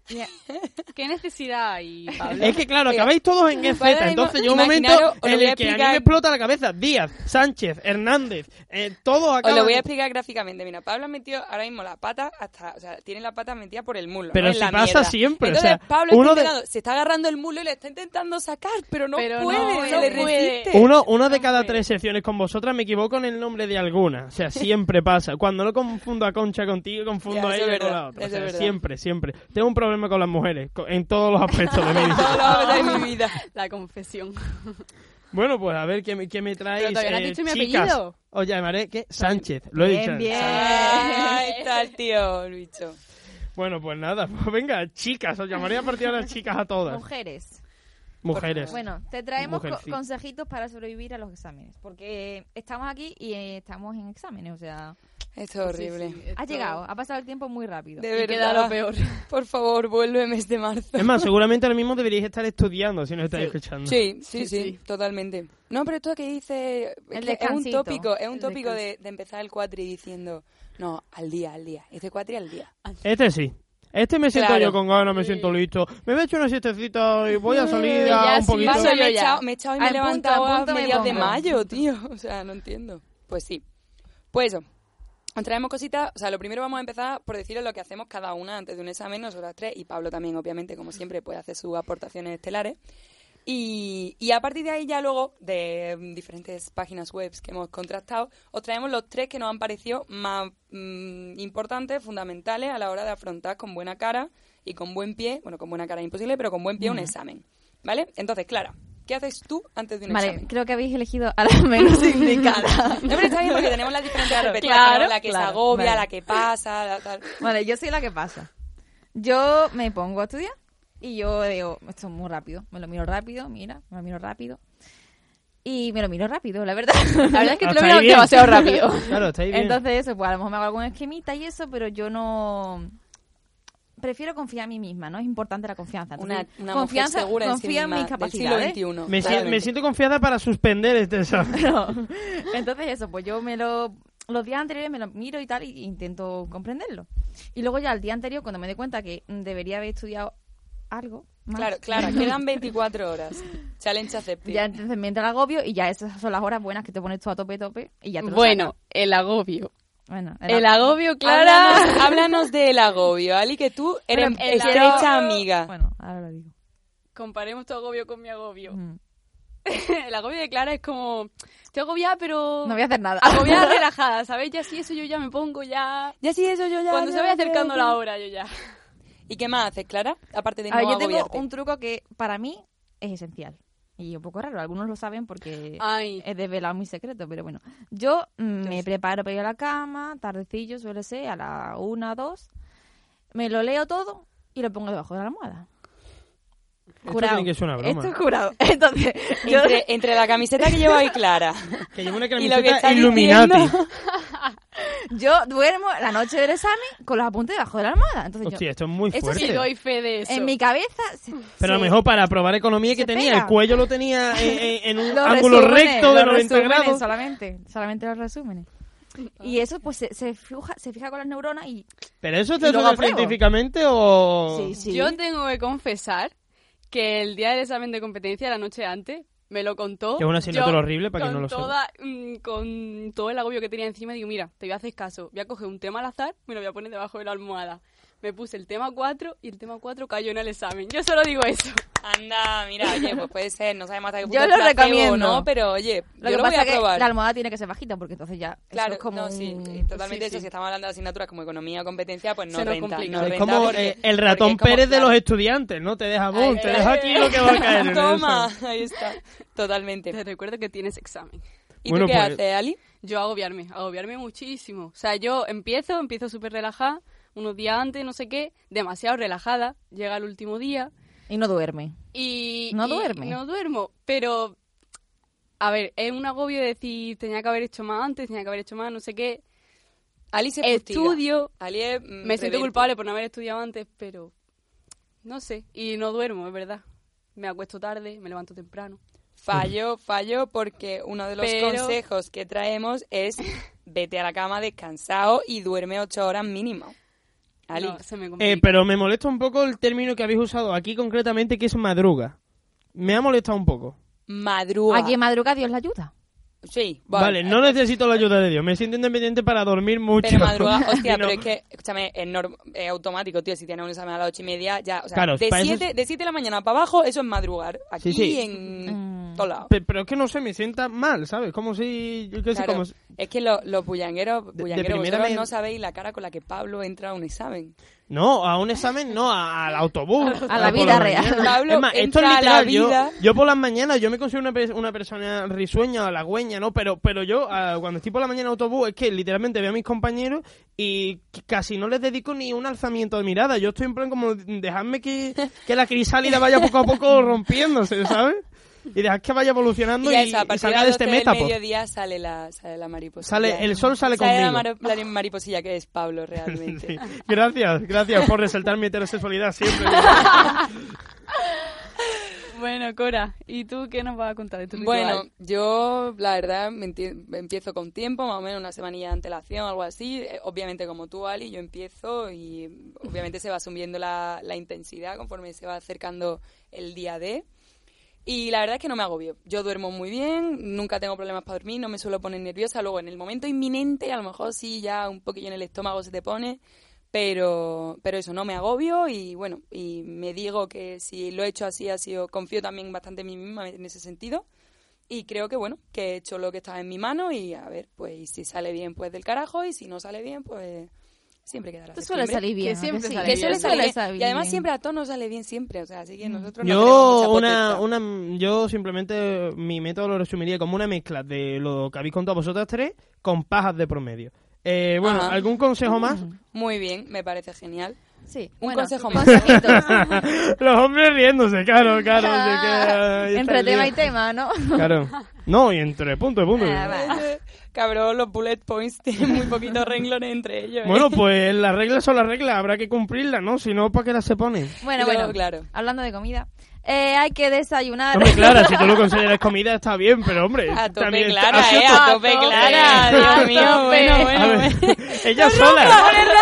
¿Qué necesidad hay, Pablo? Es que claro, acabáis todos en EZ, entonces llega un momento en el que a mí me explota la cabeza. Díaz, Sánchez, Hernández, todos acaban... Os lo voy a explicar gráficamente. Mira, Pablo ha metido ahora mismo la pata hasta... O sea, tiene la pata metida por el muslo, pero ¿no? si En la pasa mierda. siempre, entonces, o sea... Pablo se está agarrando el muslo y le está intentando sacar, pero no puede, se le resiste. Uno de cada 3 secciones con vosotras me equivoco en el nombre de alguna. O sea, siempre pasa. Cuando no confundo a Concha contigo, confundo a ella con la otra. O sea, siempre. Tengo un problema con las mujeres, en todos los aspectos de mi vida. Todos los aspectos de mi vida. La confesión. Bueno, pues a ver qué me traéis. Pero todavía no has dicho mi chicas. apellido. Os llamaré, ¿qué? Sánchez. Lo he dicho. Bien. Ahí está el tío, el bicho. Bueno, pues nada. Pues venga, chicas. Os llamaré a partir de las chicas a todas. Mujeres. Bueno, te traemos Mujercita. consejitos para sobrevivir a los exámenes. Porque estamos aquí y estamos en exámenes, o sea... Esto es horrible. Ha llegado, ha pasado el tiempo muy rápido. De verdad. Queda lo peor. Por favor, vuelve mes de marzo. Es más, seguramente ahora mismo deberíais estar estudiando si nos estáis escuchando. Sí, totalmente. No, pero esto que dice es un tópico, de empezar el cuatri diciendo, no, al día. Este cuatri al día. Este sí. Este me siento yo con ganas, me siento listo. Me he hecho una siestecita y voy a salir a un poquito. Me he echado y me he levantado a mediados de pongo. mayo, tío. O sea, no entiendo. Pues sí. Pues eso. Os traemos cositas. O sea, lo primero vamos a empezar por deciros lo que hacemos cada una antes de un examen, nosotras 3. Y Pablo también, obviamente, como siempre, puede hacer sus aportaciones estelares. Y a partir de ahí ya luego, de diferentes páginas web que hemos contrastado, os traemos los 3 que nos han parecido más importantes, fundamentales a la hora de afrontar con buena cara y con buen pie, bueno, con buena cara es imposible, pero con buen pie un examen, ¿vale? Entonces, Clara, ¿qué haces tú antes de un examen? Creo que habéis elegido a la menos indicada. No, pero está bien porque tenemos las diferentes perspectivas, claro, ¿no? La que se agobia, la que pasa, la tal. Vale, yo soy la que pasa. Yo me pongo a estudiar y yo digo, esto es muy rápido. Me lo miro rápido, mira, me lo miro rápido. Y me lo miro rápido, la verdad. La verdad es que te lo miro demasiado rápido. Claro, está ahí bien. Entonces eso, pues a lo mejor me hago algún esquemita y eso, pero yo no... Prefiero confiar en mí misma, ¿no? Es importante la confianza. Entonces, Una confianza, mujer segura confío en mis capacidades. Del siglo XXI. Me siento confiada para suspender este examen. No. Entonces eso, pues yo los días anteriores me lo miro y tal y intento comprenderlo. Y luego ya el día anterior, cuando me doy cuenta que debería haber estudiado algo más. Claro, quedan 24 horas. Challenge accepted. Ya entonces me entra el agobio y ya esas son las horas buenas que te pones tú a tope y ya te lo Bueno, sacas. el agobio. Bueno, el agobio, Clara. Háblanos del agobio, Ali, que tú eres estrecha amiga. Bueno, ahora lo digo. Comparemos tu agobio con mi agobio. El agobio de Clara es como... Estoy agobiada, pero... No voy a hacer nada. Agobiada, relajada, ¿sabéis? Ya sí, eso yo ya me pongo ya... Ya sí, eso yo ya... Cuando se vaya acercando la hora, yo ya... ¿Y qué más haces, Clara? Aparte de no yo tengo agobiarte. un truco que para mí es esencial. Y un poco raro, algunos lo saben porque he desvelado mi secreto, pero bueno. Yo me preparo para ir a la cama, tardecillo suele ser, a la 1, 2. Me lo leo todo y lo pongo debajo de la almohada. Jurado. Esto tiene que ser una broma. Esto es jurado. Entonces, entre la camiseta que lleva hoy Clara que lleva una y lo que camiseta está Illuminati. Yo duermo la noche del examen con los apuntes debajo de la almohada. Entonces Hostia, esto es muy fuerte. Eso sí doy fe de eso. En mi cabeza... Pero a lo mejor para probar economía que tenía, pega. el cuello lo tenía en un Los ángulo resúmenes, recto de los 90 resúmenes grados. solamente los resúmenes. Y eso pues se fija con las neuronas y... ¿Pero eso y te luego suena apruebo. científicamente o...? Sí. Yo tengo que confesar que el día del examen de competencia, la noche antes, me lo contó. Que es una asignatura horrible para que no lo sepa. Con todo el agobio que tenía encima, digo, mira, te voy a hacer caso. Voy a coger un tema al azar, me lo voy a poner debajo de la almohada. Me puse el tema 4 y el tema 4 cayó en el examen. Yo solo digo eso. Anda, mira, oye, pues puede ser, no sabemos hasta qué punto Yo es lo placebo, recomiendo. ¿no? Pero oye, Lo yo que lo voy pasa a es que probar. la almohada tiene que ser bajita porque entonces ya Claro, eso es como totalmente eso. Si estamos hablando de asignaturas como economía o competencia, pues no Se nos renta. complica. No Es renta como porque- el ratón porque es como, Pérez de claro, los estudiantes, ¿no? Te deja boom, te deja aquí lo que va a caer en el Toma, examen. ahí está. Totalmente. Te recuerdo que tienes examen. ¿Y Bueno, tú qué pues- haces, Ali? Yo agobiarme muchísimo. O sea, yo empiezo súper relajada, unos días antes, no sé qué, demasiado relajada. Llega el último día y no duerme. No duerme. No duermo, pero... A ver, es un agobio de decir, tenía que haber hecho más antes, tenía que haber hecho más, no sé qué. Ali se fustiga. Estudio, Ali es, me siento culpable por no haber estudiado antes, pero... No sé, y no duermo, es verdad. Me acuesto tarde, me levanto temprano. Fallo porque uno de los consejos que traemos es vete a la cama descansado y duerme 8 horas mínimo. Ali. No, se me complica. Pero me molesta un poco el término que habéis usado aquí concretamente, que es madruga. Me ha molestado un poco. Madruga. Aquí en madruga Dios la ayuda. Sí, Vale, no necesito la ayuda de Dios. Me siento independiente para dormir mucho. Pero madruga, hostia, Y no- pero es que, escúchame, es automático, tío. Si tienes un examen a las 8:30, ya, o sea, Claro, de para eso 7 de la mañana para abajo, eso es madrugar. Aquí Sí. en todos lados. Pero es que no sé, me sienta mal, ¿sabes? Como si... Yo qué sé, Claro, como si- es que los bullangueros, primera vosotros vez- no sabéis la cara con la que Pablo entra a un examen. No, a un examen no, al autobús. A la por vida la real. mañana. Pablo Es más, esto es entra a la literal. vida. Yo por las mañanas, yo me considero una persona risueña o halagüeña, ¿no? Pero yo, cuando estoy por la mañana en autobús, es que literalmente veo a mis compañeros y casi no les dedico ni un alzamiento de mirada. Yo estoy en plan como, dejadme que la crisálida vaya poco a poco rompiéndose, ¿sabes? Y dejad que vaya evolucionando Y y, eso, a y partir salga de de este del métapo. mediodía sale la mariposilla. El sol sale la, conmigo. la mariposilla que es Pablo realmente. Sí. Gracias por resaltar mi heterosexualidad siempre. Bueno, Cora, ¿y tú qué nos vas a contar de tu ritual? Bueno, yo la verdad empiezo con tiempo, más o menos una semanilla de antelación, algo así. Obviamente como tú, Ali, yo empiezo y obviamente se va subiendo la intensidad conforme se va acercando el día D. Y la verdad es que no me agobio. Yo duermo muy bien, nunca tengo problemas para dormir, no me suelo poner nerviosa. Luego en el momento inminente, a lo mejor sí ya un poquillo en el estómago se te pone, pero eso, no me agobio y bueno, y me digo que si lo he hecho así ha sido, confío también bastante en mí misma en ese sentido. Y creo que bueno, que he hecho lo que estaba en mi mano y a ver, pues si sale bien pues del carajo y si no sale bien pues... Siempre quedará. Tú suele salir bien. Que siempre ¿a sale sí? bien. suele Suele salir bien. Y además siempre a todos nos sale bien siempre, o sea, así que nosotros no tenemos mucha potestad. Yo simplemente mi método lo resumiría como una mezcla de lo que habéis contado vosotras tres con pajas de promedio. Bueno, Ajá. ¿algún consejo más? Muy bien, me parece genial. Sí. Un Bueno, consejo más. consejitos. Los hombres riéndose, claro. ahí está Entre el tema lío. y tema, ¿no? Claro. No, y entre punto y punto. Cabrón, los bullet points tienen muy poquitos renglones entre ellos. Bueno, pues las reglas son las reglas, habrá que cumplirlas, ¿no? Si no, ¿para qué las se ponen? Bueno, Luego, bueno, claro. hablando de comida, hay que desayunar. Hombre, Clara, si tú lo consideras comida está bien, pero hombre... A tope también Clara, ha sido a to- tope Clara. a Dios mío, tope. bueno, A bueno. ver, ella sola.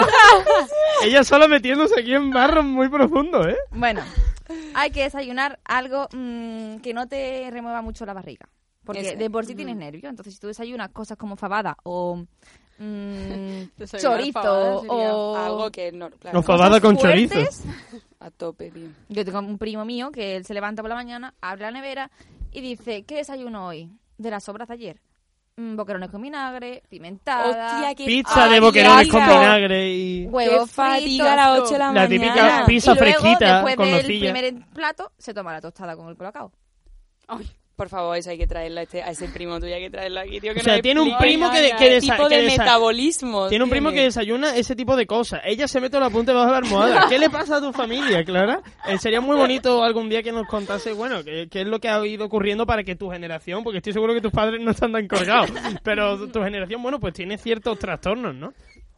Ella sola metiéndose aquí en barros muy profundos, ¿eh? Bueno, hay que desayunar algo que no te remueva mucho la barriga. Porque Eso. de por sí tienes nervios. Entonces, si tú desayunas cosas como fabada o Desayunar chorizo fabada sería o... Algo que no, claro. No, fabada con fuertes. chorizo. A tope, tío. Yo tengo un primo mío que él se levanta por la mañana, abre la nevera y dice, ¿qué desayuno hoy? De las sobras de ayer. Boquerones con vinagre, pimentada, Hostia, qué Pizza de Ay, boquerones con asco. vinagre y... huevos Qué fatiga fritos. a las 8 de la La mañana. típica pizza Y luego, fresquita después con del nocilla. primer plato, se toma la tostada con el colacao. Ay, por favor, eso hay que traerlo a ese primo tuyo, hay que traerlo aquí, tío. Que O sea, nos tiene un explique primo qué que tipo de metabolismo Tiene un primo que desayuna ese tipo de cosas. Ella se mete la punta debajo de la almohada. ¿Qué le pasa a tu familia, Clara? Sería muy bonito algún día que nos contase, bueno, qué es lo que ha ido ocurriendo para que tu generación, porque estoy seguro que tus padres no están tan colgados, pero tu generación, bueno, pues tiene ciertos trastornos, ¿no?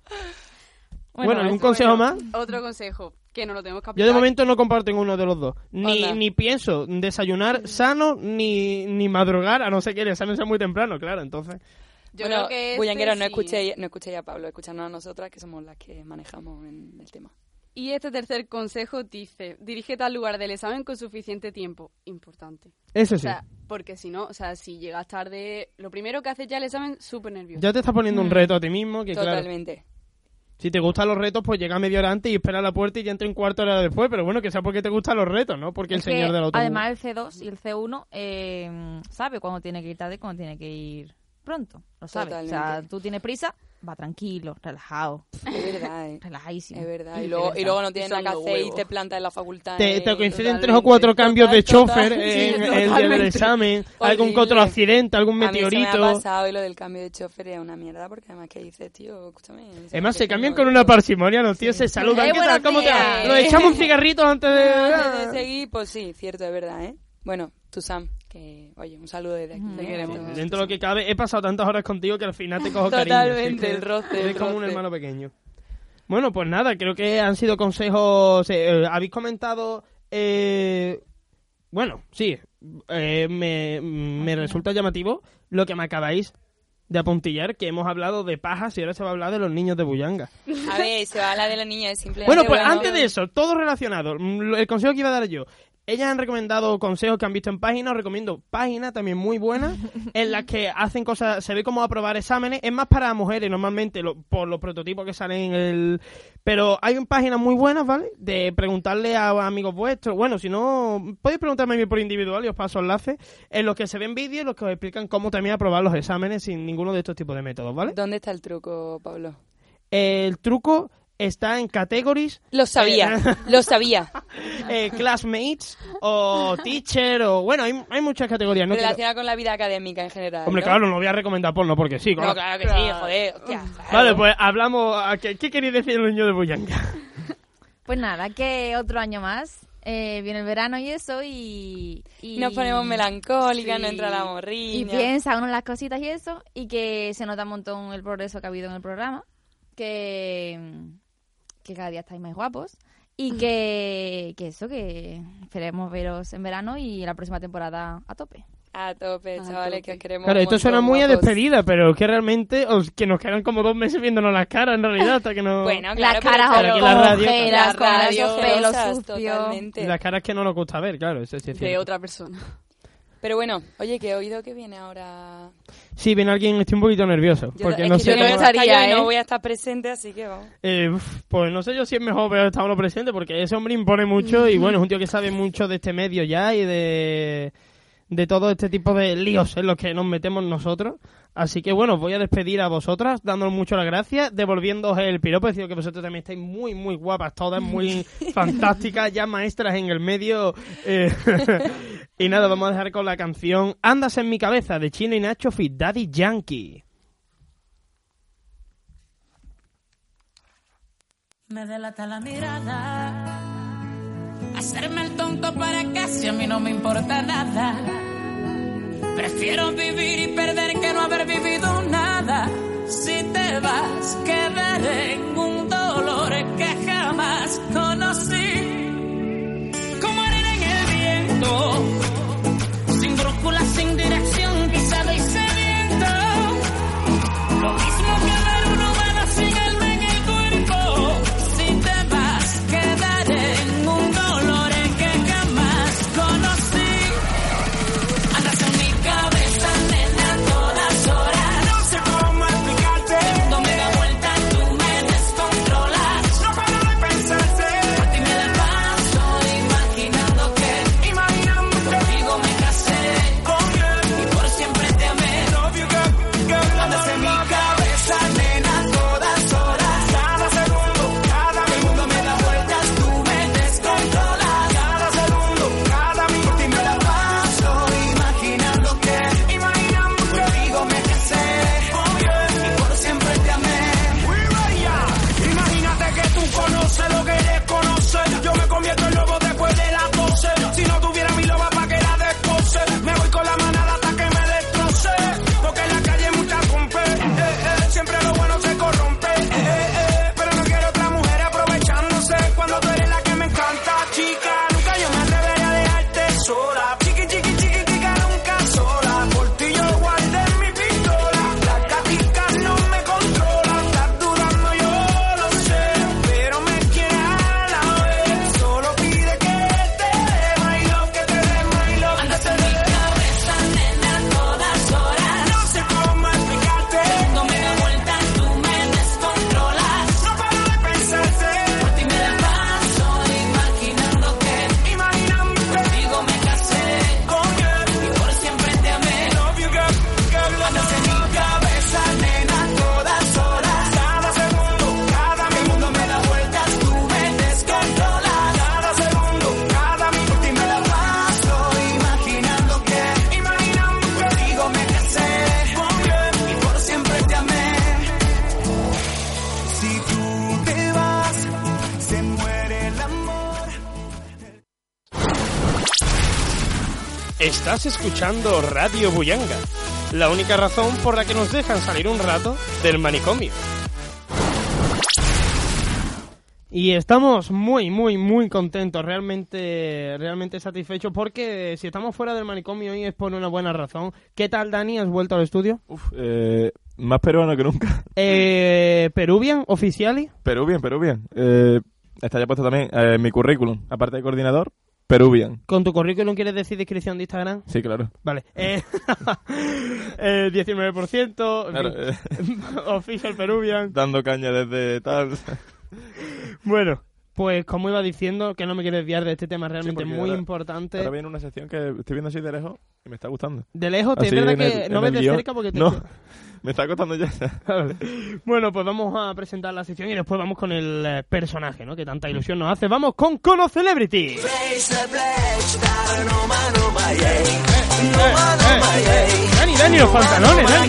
Bueno, ¿algún consejo más? Otro consejo, que no lo tenemos que Yo aplicar. de momento no comparto ninguno de los dos. Onda. Ni pienso desayunar sano, ni madrugar, a no ser que el examen sea muy temprano, claro, entonces... Yo Bueno, creo que bullangueros, no sí. escuchéis a Pablo, escuchadnos a nosotras, que somos las que manejamos en el tema. Y este tercer consejo dice, dirígete al lugar del examen con suficiente tiempo. Importante. Eso O sí. sea, porque si no, o sea, si llegas tarde, lo primero que haces ya el examen, súper nervioso. Ya te estás poniendo un reto a ti mismo, que claro... Totalmente. Si te gustan los retos, pues llega media hora antes y espera a la puerta y ya entra un cuarto de hora después. Pero bueno, que sea porque te gustan los retos, ¿no? Porque el Es que, señor del autobús... además, el C2 y el C1 sabe cuándo tiene que ir tarde y cuándo tiene que ir pronto. Lo sabe. Totalmente. O sea, tú tienes prisa, va tranquilo, relajado. Es verdad, relajadísimo. Es verdad. Y luego no tienes nada que Pisando hacer y huevos. te plantas en la facultad. Te coinciden Totalmente. 3 o 4 cambios de chofer Total, en sí, el día del totalmente. examen, algún Horrible. otro accidente, algún A mí se me meteorito. ha pasado y lo del cambio de chofer es una mierda porque además que dices, tío, escúchame. Además, se cambian con una parsimonia, los tíos se saludan. ¿Qué tal? buenos ¿Cómo te va? días. Nos echamos un cigarrito antes de... Antes de seguir, pues sí, cierto, es verdad, ¿eh? Bueno, tú, Sam, que, oye, un saludo desde aquí. Te queremos. Dentro de lo que cabe, he pasado tantas horas contigo que al final te cojo cariño. Totalmente, así que el roce, eres el como un roce. hermano pequeño. Bueno, pues nada, creo que han sido consejos... habéis comentado... bueno, sí, me resulta llamativo lo que me acabáis de apuntillar que hemos hablado de pajas y ahora se va a hablar de los niños de Bullanga. A ver, se va a hablar de los niños, es simplemente... Bueno, pues antes de eso, todo relacionado. El consejo que iba a dar yo. Ellas han recomendado consejos que han visto en páginas. Os recomiendo páginas también muy buenas en las que hacen cosas, se ve cómo aprobar exámenes. Es más para mujeres normalmente por los prototipos que salen en el... Pero hay páginas muy buenas, ¿vale? De preguntarle a amigos vuestros. Bueno, si no, podéis preguntarme a mí por individual y os paso enlaces en los que se ven vídeos en los que os explican cómo también aprobar los exámenes sin ninguno de estos tipos de métodos, ¿vale? ¿Dónde está el truco, Pablo? El truco... está en categories. Lo sabía, lo sabía. Classmates o teacher o... Bueno, hay muchas categorías. ¿No? Relacionada con la vida académica en general. Hombre, ¿no? Claro, no voy a recomendar porno porque sí. No, claro que sí, joder. Hostia, vale, pues hablamos... ¿Qué queréis decir el niño de Bullanga? Pues nada, que otro año más. Viene el verano y eso y nos ponemos melancólicas, sí. no entra la morriña. Y piensa uno en las cositas y eso. Y que se nota un montón el progreso que ha habido en el programa. Que cada día estáis más guapos y que esperemos veros en verano y la próxima temporada a tope. A tope, chavales, que os queremos. Claro, esto suena muy a despedida, pero es que realmente que nos quedan como 2 meses viéndonos las caras en realidad hasta que no... Bueno, claro, las caras con ojeras, con radio, esos pelos totalmente. Y las caras que no nos gusta ver, claro, eso sí es cierto. De otra persona. Pero bueno, oye, que he oído que viene ahora... Sí, viene alguien, estoy un poquito nervioso. Porque no sé yo no voy a estar presente, así que vamos. Pues no sé yo si es mejor pero estarlo presente, porque ese hombre impone mucho y bueno, es un tío que sabe mucho de este medio ya y de todo este tipo de líos en los que nos metemos nosotros. Así que bueno, voy a despedir a vosotras, dándoos mucho las gracias, devolviéndoos el piropo, diciendo que vosotros también estáis muy, muy guapas, todas muy fantásticas, ya maestras en el medio. Y nada, vamos a dejar con la canción Andas en mi cabeza, de Chino y Nacho feat. Daddy Yankee. Me delata la mirada, hacerme el tonto para casi a mí no me importa nada. Prefiero vivir y perder que no haber vivido nada. Si te vas, quedaré en un dolor que jamás conocí. Como arena en el viento, sin brújula, sin dirección, pisado y sediento. Lo mismo que ver un humano sin alma en el cuerpo. Si te vas, quedaré en un dolor que jamás conocí. Andas en mi cabeza, nena, a todas horas. No sé cómo explicarte. Cuando me da vuelta, tú me descontrolas. No paro de pensarte. A ti me da paso imaginando que contigo me casé. Y por siempre te amé. Andas en mi cabeza, nena, a todas horas. Cada segundo, cada minuto me da vueltas, tú me descontrolas. Cada segundo, cada minuto por ti me la paso imaginando que contigo me casé. Y por siempre te amé. Imagínate que tú conoces lo que desconoces. Yo me convierto en lobo después de las 12. Si no tuviera mi loba pa' que la descoce. Me voy con la manada hasta que me destroce. Porque en la calle muchas rompe. Siempre lo bueno se corrompe. Pero no quiero otra mujer aprovechándose. Cuando tú eres la que me encanta, chica. Nunca yo me atreveré a dejarte sola. Chiqui, chiqui, chiqui, chica, nunca sola. Por ti yo guardé mi pistola. Las gaticas no me controlan. Estás dudando, yo lo sé. Pero me quieres a la vez. Solo pide que te dé my love, que te dé my love. Andas en mi cabeza, nena, a todas horas. No sé cómo explicarte. Cuando me da vuelta, tú me descontrolas. No paro de pensarte. Por ti me da paso imaginando que contigo me casé. Y por siempre te amé. Love you, girl, girl, Andas en mi cabeza, nena, a todas horas. cada segundo, cada Mundo me da vueltas, tú me descontrolas. cada segundo, cada minuto. Por ti me la paso imaginando que contigo me casé. Y por siempre te amé. Si tú te vas, se muere el amor. Estás escuchando Radio Bullanga, la única razón por la que nos dejan salir un rato del manicomio. Y estamos muy, muy, muy contentos, realmente satisfechos, porque si estamos fuera del manicomio hoy es por una buena razón. ¿Qué tal, Dani? ¿Has vuelto al estudio? Más peruano que nunca. ¿Peruvian? ¿Oficiali? Peruvian. Está ya puesto también mi currículum, aparte de coordinador, Peruvian. ¿Con tu currículum quieres decir descripción de Instagram? Sí, claro. Vale. 19%, claro, Official Peruvian. Dando caña desde tal... Bueno, pues como iba diciendo, que no me quiero desviar de este tema realmente muy importante. Ahora viene una sección que estoy viendo así de lejos y me está gustando. ¿De lejos? ¿Es verdad que no ves de cerca? Porque No, me está costando ya. Vale. Bueno, pues vamos a presentar la sección y después vamos con el personaje, ¿no? Que tanta ilusión nos hace. Vamos con Cono Celebrity. Dani, los pantalones, Dani.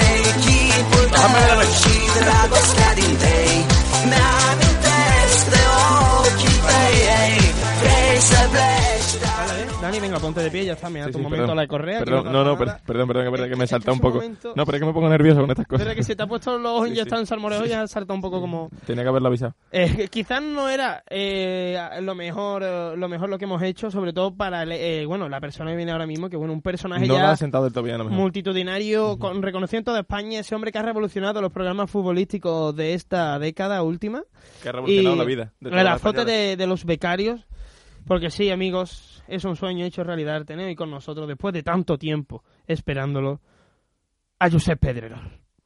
Dani, venga, ponte de pie, ya está, me da tu momento perdón. la de correa. Perdón, que me salta un poco. Momento... No, pero es que me pongo nervioso con estas cosas. Pero que se te ha puesto los ojos y ya están salmoreos, ya salta un poco como... Tenía que haberlo avisado. Quizás no era lo mejor lo que hemos hecho, sobre todo para la persona que viene ahora mismo, que bueno, un personaje no ya lo ha sentado del todo bien, a lo mejor. Multitudinario, con reconocimiento de España, ese hombre que ha revolucionado los programas futbolísticos de esta década última. Que ha revolucionado la vida. El azote de los becarios. Porque sí, amigos, es un sueño hecho realidad tener hoy con nosotros, después de tanto tiempo esperándolo, a Josep Pedrerol.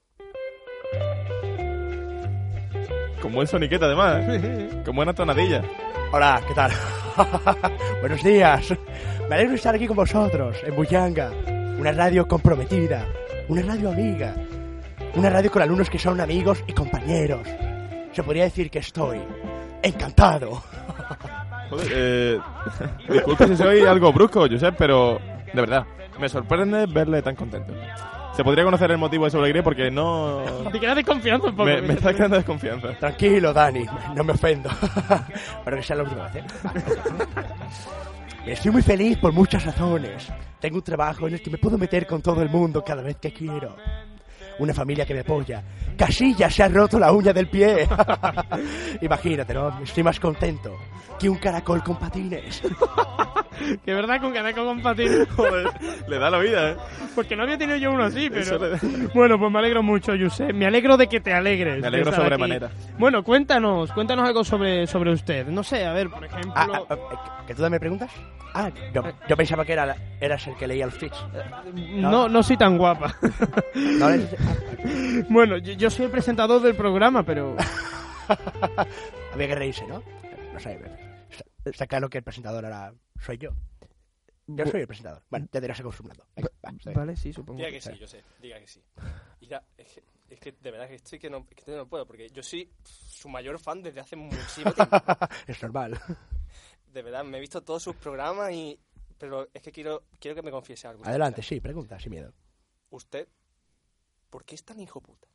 Con buen soniquete, además, ¿eh? Con buena tonadilla. Hola, ¿qué tal? Buenos días. Me alegro de estar aquí con vosotros, en Buyanga. Una radio comprometida, una radio amiga, una radio con alumnos que son amigos y compañeros. Se podría decir que estoy encantado. Joder, disculpe si soy algo brusco, Josep, pero de verdad, me sorprende verle tan contento. Se podría conocer el motivo de su alegría porque no... Te queda desconfianza un poco. Me está quedando desconfianza. Tranquilo, Dani, no me ofendo. Pero que sea la última vez, ¿eh? Estoy muy feliz por muchas razones. Tengo un trabajo en el que me puedo meter con todo el mundo cada vez que quiero. Una familia que me apoya. Casillas se ha roto la uña del pie. Imagínate, ¿no? Estoy más contento que un caracol con patines. Que verdad, con caracol con patines. Joder, le da la vida, ¿eh? Porque no había tenido yo uno así, pero... Bueno, pues me alegro mucho, Josep. Me alegro de que te alegres. Me alegro sobremanera. Bueno, cuéntanos algo sobre usted. No sé, a ver, por ejemplo... ¿Que tú me preguntas? Yo pensaba que eras el que leía los tweets. No soy tan guapa. ¿No eres? Bueno, yo soy el presentador del programa, pero... Había que reírse, ¿no? No sé, está claro que el presentador ahora soy yo. Yo soy el presentador. Bueno, te dirás acostumbrado. Vale, sí, supongo. Diga que sí, yo sé. Diga que sí. Mira, es que de verdad que estoy que no puedo, porque yo soy su mayor fan desde hace muchísimo tiempo. Es normal. De verdad, me he visto todos sus programas pero es que quiero que me confiese algo. Adelante, sí, pregunta, sin miedo. ¿Usted por qué es tan hijo puta?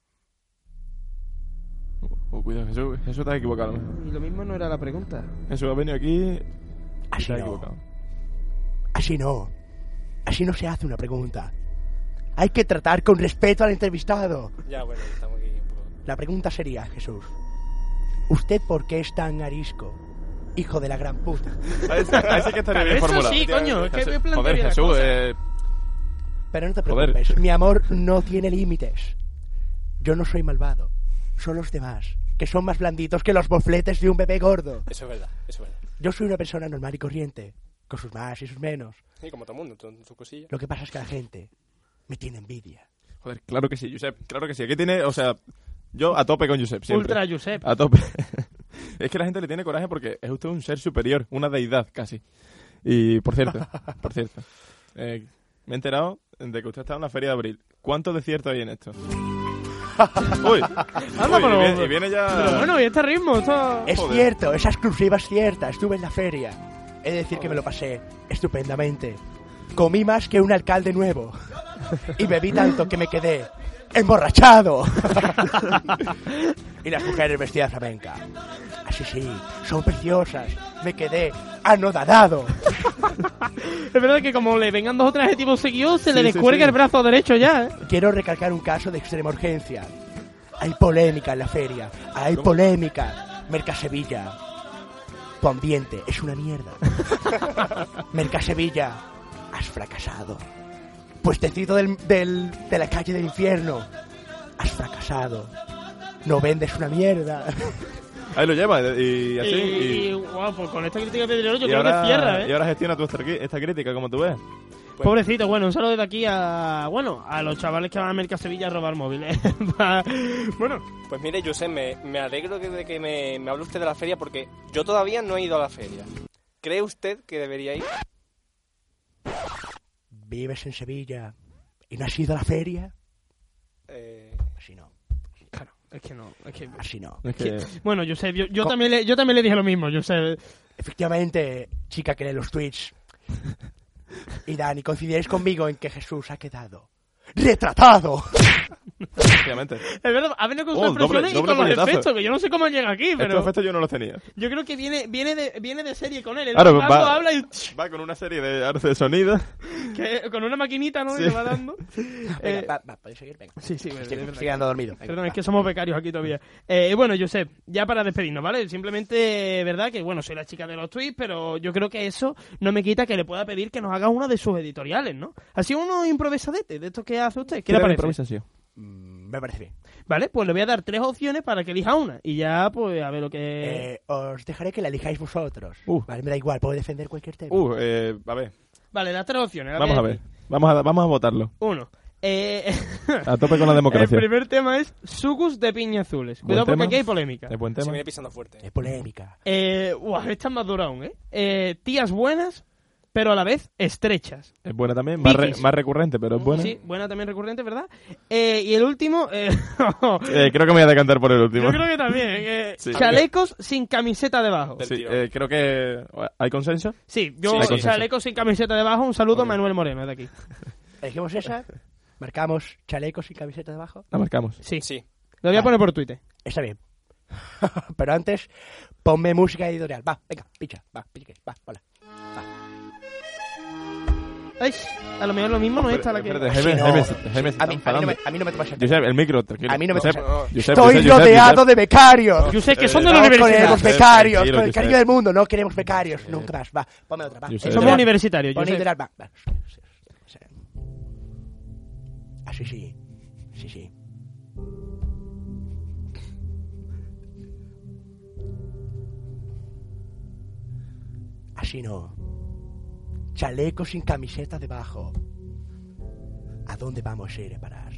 Cuidado, Jesús te has equivocado. Y lo mismo no era la pregunta. Jesús ha venido aquí y se ha equivocado. Así no se hace una pregunta. Hay que tratar con respeto al entrevistado. Ya, bueno, estamos aquí un poco. La pregunta sería, Jesús, ¿usted por qué es tan arisco? Hijo de la gran puta. Así que estaría bien formulado. Sí, coño, es que me plantearía Joder, Jesús, Pero no te preocupes, mi amor no tiene límites. Yo no soy malvado. Son los demás, que son más blanditos que los bofletes de un bebé gordo. Eso es verdad. Yo soy una persona normal y corriente, con sus más y sus menos. Sí, como todo el mundo, su cosilla. Lo que pasa es que la gente me tiene envidia. Joder, claro que sí, Josep, claro que sí. Aquí tiene, o sea, yo a tope con Josep siempre. Ultra Josep. A tope. Es que la gente le tiene coraje porque es usted un ser superior, una deidad casi. Y, por cierto, me he enterado de que usted está en la Feria de Abril. ¿Cuánto de cierto hay en esto? Uy, y viene ya... Pero bueno, y este ritmo Es cierto, esa exclusiva es cierta. Estuve en la feria. He de decir que me lo pasé estupendamente. Comí más que un alcalde nuevo. Y bebí tanto que me quedé emborrachado. Y las mujeres vestidas flamenca. Así sí, son preciosas. Me quedé anodadado. Es verdad que como le vengan 2 o 3 adjetivos seguidos, se le descuelga el brazo derecho ya, ¿eh? Quiero recalcar un caso de extrema urgencia. Hay polémica en la feria. Hay polémica. Mercasevilla, tu ambiente es una mierda. Mercasevilla, has fracasado. Puestecito de la calle del infierno, has fracasado. No vendes una mierda. Ahí lo lleva y así. Y wow, pues con esta crítica de Pedrerol yo creo que cierra, ¿eh? Y ahora gestiona tú esta crítica, como tú ves. Pobrecito, bueno, un saludo de aquí a los chavales que van a Mercasevilla a robar móviles. Bueno. Pues mire, Josep, me alegro de que me hable usted de la feria porque yo todavía no he ido a la feria. ¿Cree usted que debería ir? ¿Vives en Sevilla y no has ido a la feria? Así no. Claro, es que no. Así no. Es que... Bueno, Josep, yo también le dije lo mismo, Josep. Efectivamente, chica que lee los tweets. Y Dani, coincidiréis conmigo en que Jesús ha quedado retratado. Efectivamente. Es verdad, ha venido con sus expresiones y con los efectos, que yo no sé cómo llega aquí, pero... Estos efectos yo no los tenía. Yo creo que viene de serie con él. Claro, habla y... va con una serie de sonidos. Con una maquinita, ¿no? Sí. Y le va dando. Venga, podéis seguir, venga. Sí, Estoy quedando dormido. Venga, perdón, es que somos becarios aquí todavía. Bueno, Josep, ya para despedirnos, ¿vale? Simplemente, verdad que, bueno, soy la chica de los tweets, pero yo creo que eso no me quita que le pueda pedir que nos haga una de sus editoriales, ¿no? Así unos improvisadetes de estos que hace usted. ¿Qué le parece? Improvisación. Me parece bien. Vale, pues le voy a dar 3 opciones para que elija una. Y ya, pues, a ver lo que... Os dejaré que la elijáis vosotros. Vale, me da igual, puedo defender cualquier tema. A ver. Vale, las 3 opciones. Vamos a ver. Vamos a votarlo. 1. A tope con la democracia. El primer tema es sucus de piña azules. Cuidado porque aquí hay polémica. Es buen tema. Se viene pisando fuerte. Es polémica. Esta es más dura aún, tías buenas, pero a la vez estrechas. Es buena también, más recurrente, pero es buena. Sí, buena también recurrente, ¿verdad? Y el último... creo que me voy a decantar por el último. Yo creo que también. Sí. Chalecos sin camiseta debajo. Sí, creo que... ¿Hay consenso? Sí, chalecos sin camiseta debajo. Un saludo a Manuel Moreno de aquí. ¿Elegimos esa? ¿Marcamos chalecos sin camiseta debajo? La marcamos. Sí. Lo voy a poner por Twitter. Está bien. Pero antes, ponme música editorial. Va, venga, picha. Va, hola. Ay, a lo mejor lo mismo no es esta la que... Jaime, a mí no me tomas el Josep, el micro, tranquilo. A mí no me tomas el Josep, Estoy rodeado de becarios. Josep, que son de la universidad. Queremos becarios, con el cariño del mundo. No queremos becarios, nunca más. Va, ponme otra, va. Somos universitarios, Pon Josep. editorial, va. Así sí. Sí. Así no. Chaleco sin camiseta debajo. ¿A dónde vamos a ir a parar?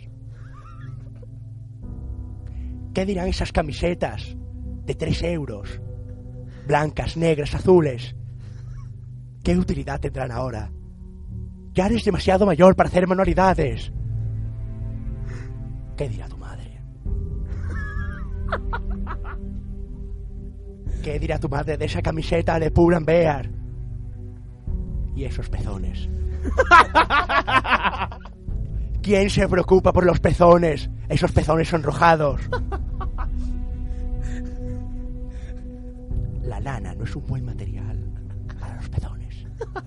¿Qué dirán esas camisetas de 3 euros? Blancas, negras, azules. ¿Qué utilidad tendrán ahora? Ya eres demasiado mayor para hacer manualidades. ¿Qué dirá tu madre? ¿Qué dirá tu madre de esa camiseta de Pull & Bear? Y esos pezones. ¿Quién se preocupa por los pezones? Esos pezones sonrojados. La lana no es un buen material para los pezones.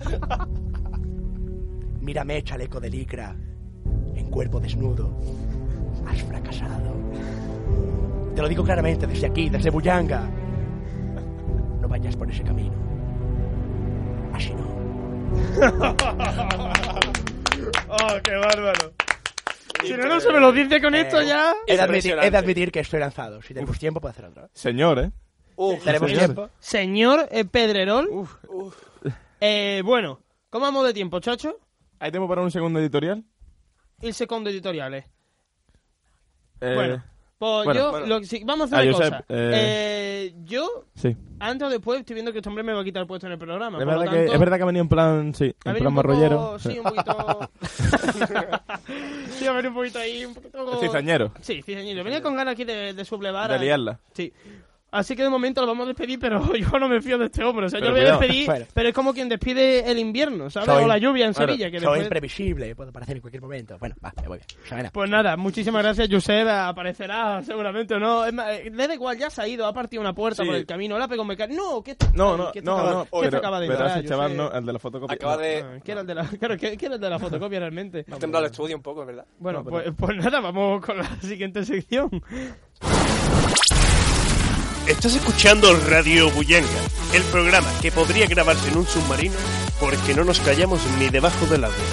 Mírame, chaleco de licra, en cuerpo desnudo. Has fracasado. Te lo digo claramente desde aquí, desde Buyanga. No vayas por ese camino. Así no. ¡Oh, qué bárbaro! Si no se me lo dice con esto ya... He de admitir que estoy lanzado. Si tenemos tiempo, puedo hacer otro. Señor, ¿tenemos tiempo? Señor Pedrerol. Bueno, ¿cómo vamos de tiempo, chacho? ¿Hay tiempo para un segundo editorial? El segundo editorial, Bueno, vamos a hacer una cosa. Yo, sí. antes o después, estoy viendo que este hombre me va a quitar el puesto en el programa. Es verdad que ha venido en plan, en plan marrollero. Sí, un poquito... sí, ha venido un poquito ahí, un poquito... Cizañero. Sí, cizañero. Venía con ganas aquí de sublevar. De liarla. Sí. Así que de momento lo vamos a despedir, pero yo no me fío de este hombre. O sea, pero yo lo voy a despedir, pero es como quien despide el invierno, ¿sabes? O la lluvia en Sevilla. Que soy imprevisible, puedo aparecer en cualquier momento. Bueno, va, me voy bien. Pues nada, muchísimas gracias, Josep. Aparecerá seguramente o no. Es más, le da igual, ya se ha ido, ha partido una puerta por el camino. La pegó un becario. No, ¿qué acaba de entrar? Ese chaval, no, el de la fotocopia. Acaba de... ¿Qué era el de la, claro, ¿qué era el de la fotocopia realmente? Ha temblado el estudio un poco, ¿verdad? Bueno, pues nada, vamos con la siguiente sección. Estás escuchando Radio Buyanga, el programa que podría grabarse en un submarino porque no nos callamos ni debajo del agua.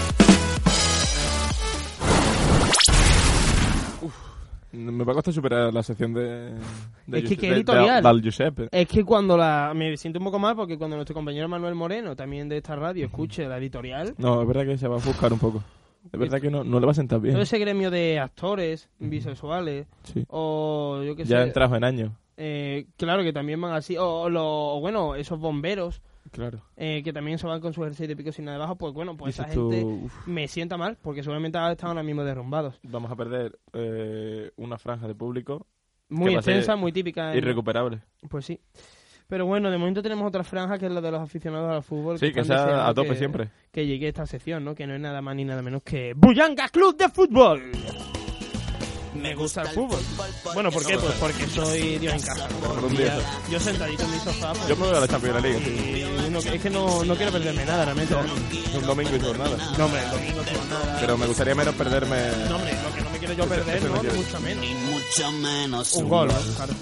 Me va a costar superar la sección de es que editorial. Del Giuseppe. Es que cuando me siento un poco mal porque cuando nuestro compañero Manuel Moreno, también de esta radio, escuche la editorial... No, es verdad que se va a buscar un poco. Es verdad que no le va a sentar bien. Todo ese gremio de actores, bisexuales, sí. O yo qué sé... Ya entrajo en años. Claro, que también van así. O bueno, esos bomberos... Claro. Que también se van con su jersey de pico sin nada debajo, pues bueno, pues Dices esa gente me sienta mal, porque seguramente están ahora mismo derrumbados. Vamos a perder una franja de público muy extensa, muy típica. Irrecuperable. Pues sí. Pero bueno, de momento tenemos otra franja que es la de los aficionados al fútbol. Sí, que sea a tope siempre. Que llegue esta sección, ¿no? Que no es nada más ni nada menos que Buyanga Club de Fútbol. Me gusta el fútbol. Bueno, ¿por qué? Pues porque soy Dios en casa. Yo sentadito en mi sofá. Pues, yo me voy a la Champions League. Es que no quiero perderme nada, realmente. Es un domingo y jornada. No, hombre, el domingo y jornada. Pero me gustaría menos perderme... No, hombre, lo que no me quiero yo perder, ¿no? Ni mucho menos. Ni mucho menos. Un gol, ¿no? Claro.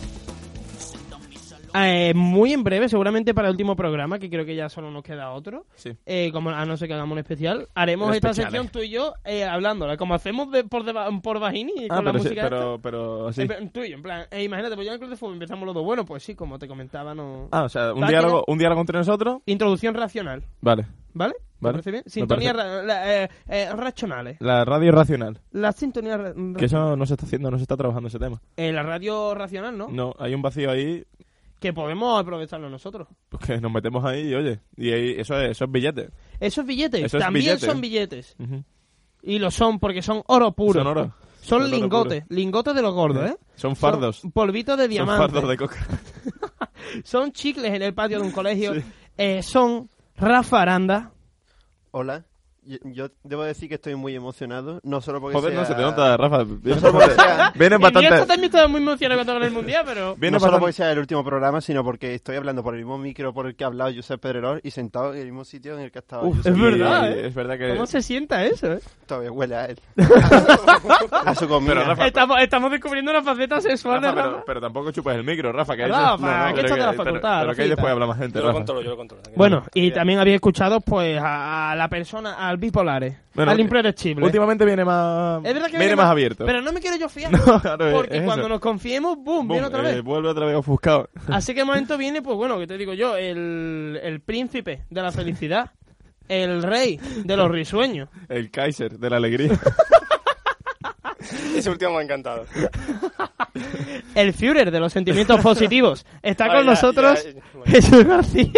Muy en breve, seguramente para el último programa, que creo que ya solo nos queda otro. Sí. Como a no ser que hagamos un especial, haremos esta sección tú y yo hablándola, como hacemos por Vagini con la música. Pero así. Tú y yo, en plan, imagínate, pues yo en el Club de Fútbol empezamos los dos. Bueno, pues sí, como te comentaba, no. O sea, un diálogo entre nosotros. Introducción racional. Vale. ¿Vale? ¿Me parece bien? Sintonías racionales. La radio racional. La sintonía que eso no se está haciendo, no se está trabajando ese tema. La radio racional, ¿no? No, hay un vacío ahí. Que podemos aprovecharlo nosotros. Pues que nos metemos ahí y oye, y ahí, eso es billete. Esos billetes, eso también billete. Son billetes. Y lo son porque son oro puro. Son oro. Son lingotes, lingotes de los gordos, ¿eh? Son fardos. Son polvitos de diamante. Son fardos de coca. Son chicles en el patio de un colegio. Sí. Son Rafa Aranda. Hola. Yo debo decir que estoy muy emocionado, no solo porque Joder, sea... no se te nota, Rafa. Viene bastante... Yo también estaba muy emocionado cuando gané el Mundial, pero... No solo porque sea el último programa, sino porque estoy hablando por el mismo micro por el que ha hablado Josep Pedrerol y sentado en el mismo sitio en el que ha estado Josep. Es verdad, Es verdad que... ¿Cómo se sienta eso, Todavía huele a él. A su comida. Pero, Rafa, estamos descubriendo una faceta sexual de Rafa. Pero tampoco chupas el micro, Rafa. Que Rafa, que esto de la facultad. Pero que ahí después habla más gente, Yo lo controlo. Bueno, y también había escuchado pues a la persona, al bipolare. Bueno, al imprevisible. Últimamente viene más... Es verdad que viene más abierto. Pero no me quiero yo fiar. No, claro, porque cuando nos confiemos, boom, viene otra vez. Vuelve otra vez ofuscado. Así que el momento viene, pues bueno, que te digo yo, el príncipe de la felicidad. El rey de los risueños. El Kaiser de la alegría. Ese último me ha encantado. El Führer de los sentimientos positivos. Está con nosotros Jesús García.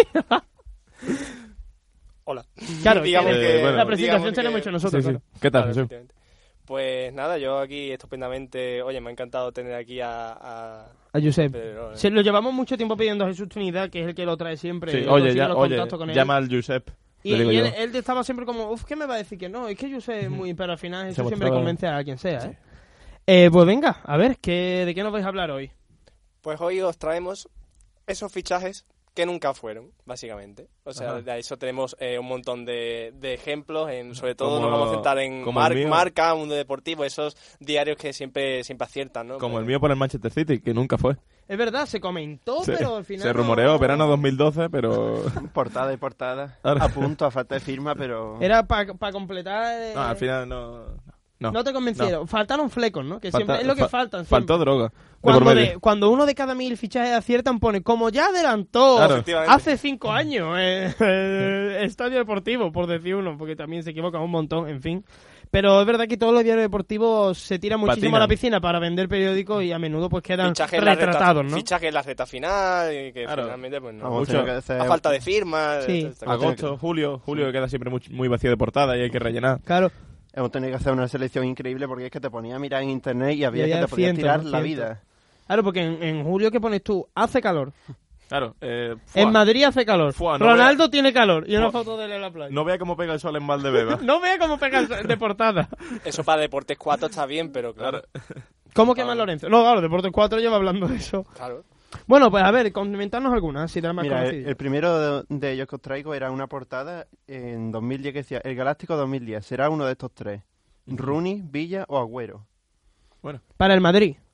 Hola. Claro, digamos que la presentación tenemos hecho nosotros. Sí, sí. Claro. ¿Qué tal, Jesús? Pues nada, yo aquí estupendamente... Oye, me ha encantado tener aquí a Josep. Lo llevamos mucho tiempo pidiendo a Jesús Trinidad, que es el que lo trae siempre. Sí, oye, llama al Josep. Y él estaba siempre como, ¿qué me va a decir que no? Es que Josep es muy... Pero al final Jesús siempre convence a quien sea, ¿eh? Sí. Pues venga, a ver, ¿de qué nos vais a hablar hoy? Pues hoy os traemos esos fichajes que nunca fueron, básicamente. O sea, de eso tenemos un montón de ejemplos, sobre todo nos vamos a centrar en Marca, Mundo Deportivo, esos diarios que siempre aciertan, ¿no? Como el mío por el Manchester City, que nunca fue. Es verdad, se comentó, pero al final... Se rumoreó, verano 2012, pero... Portada y portada, a punto, a falta de firma, pero... Era para completar... No, al final no... No te convencieron. No. Faltaron flecos, ¿no? Que siempre es lo que faltan. Siempre. Faltó droga. Cuando uno de cada 1000 fichajes aciertan, pone como ya adelantó hace 5 años Estadio Deportivo, por decir uno, porque también se equivoca un montón, en fin. Pero es verdad que todos los diarios deportivos se tiran muchísimo a la piscina para vender periódicos y a menudo pues quedan retratados, ¿no? Fichajes en la recta final y que finalmente pues no. A falta de firmas. Sí. Agosto, julio que queda siempre muy vacío de portada y hay que rellenar. Claro. Hemos tenido que hacer una selección increíble porque es que te ponía a mirar en internet y había que te podías tirar la vida. Claro, porque en julio, ¿qué pones tú? Hace calor. Claro. En Madrid hace calor. Ronaldo tiene calor. Y una foto de él en la playa. No vea cómo pega el sol en Valdebeba. No vea cómo pega el sol de portada. Eso para Deportes 4 está bien, pero claro. ¿Cómo quema Lorenzo? No, claro, Deportes 4 lleva hablando de eso. Claro. Bueno, pues a ver, comentarnos algunas, si te más Mira, el primero de ellos que os traigo era una portada en 2010 que decía el Galáctico 2010, será uno de estos tres. Rooney, Villa o Agüero. Bueno. Para el Madrid.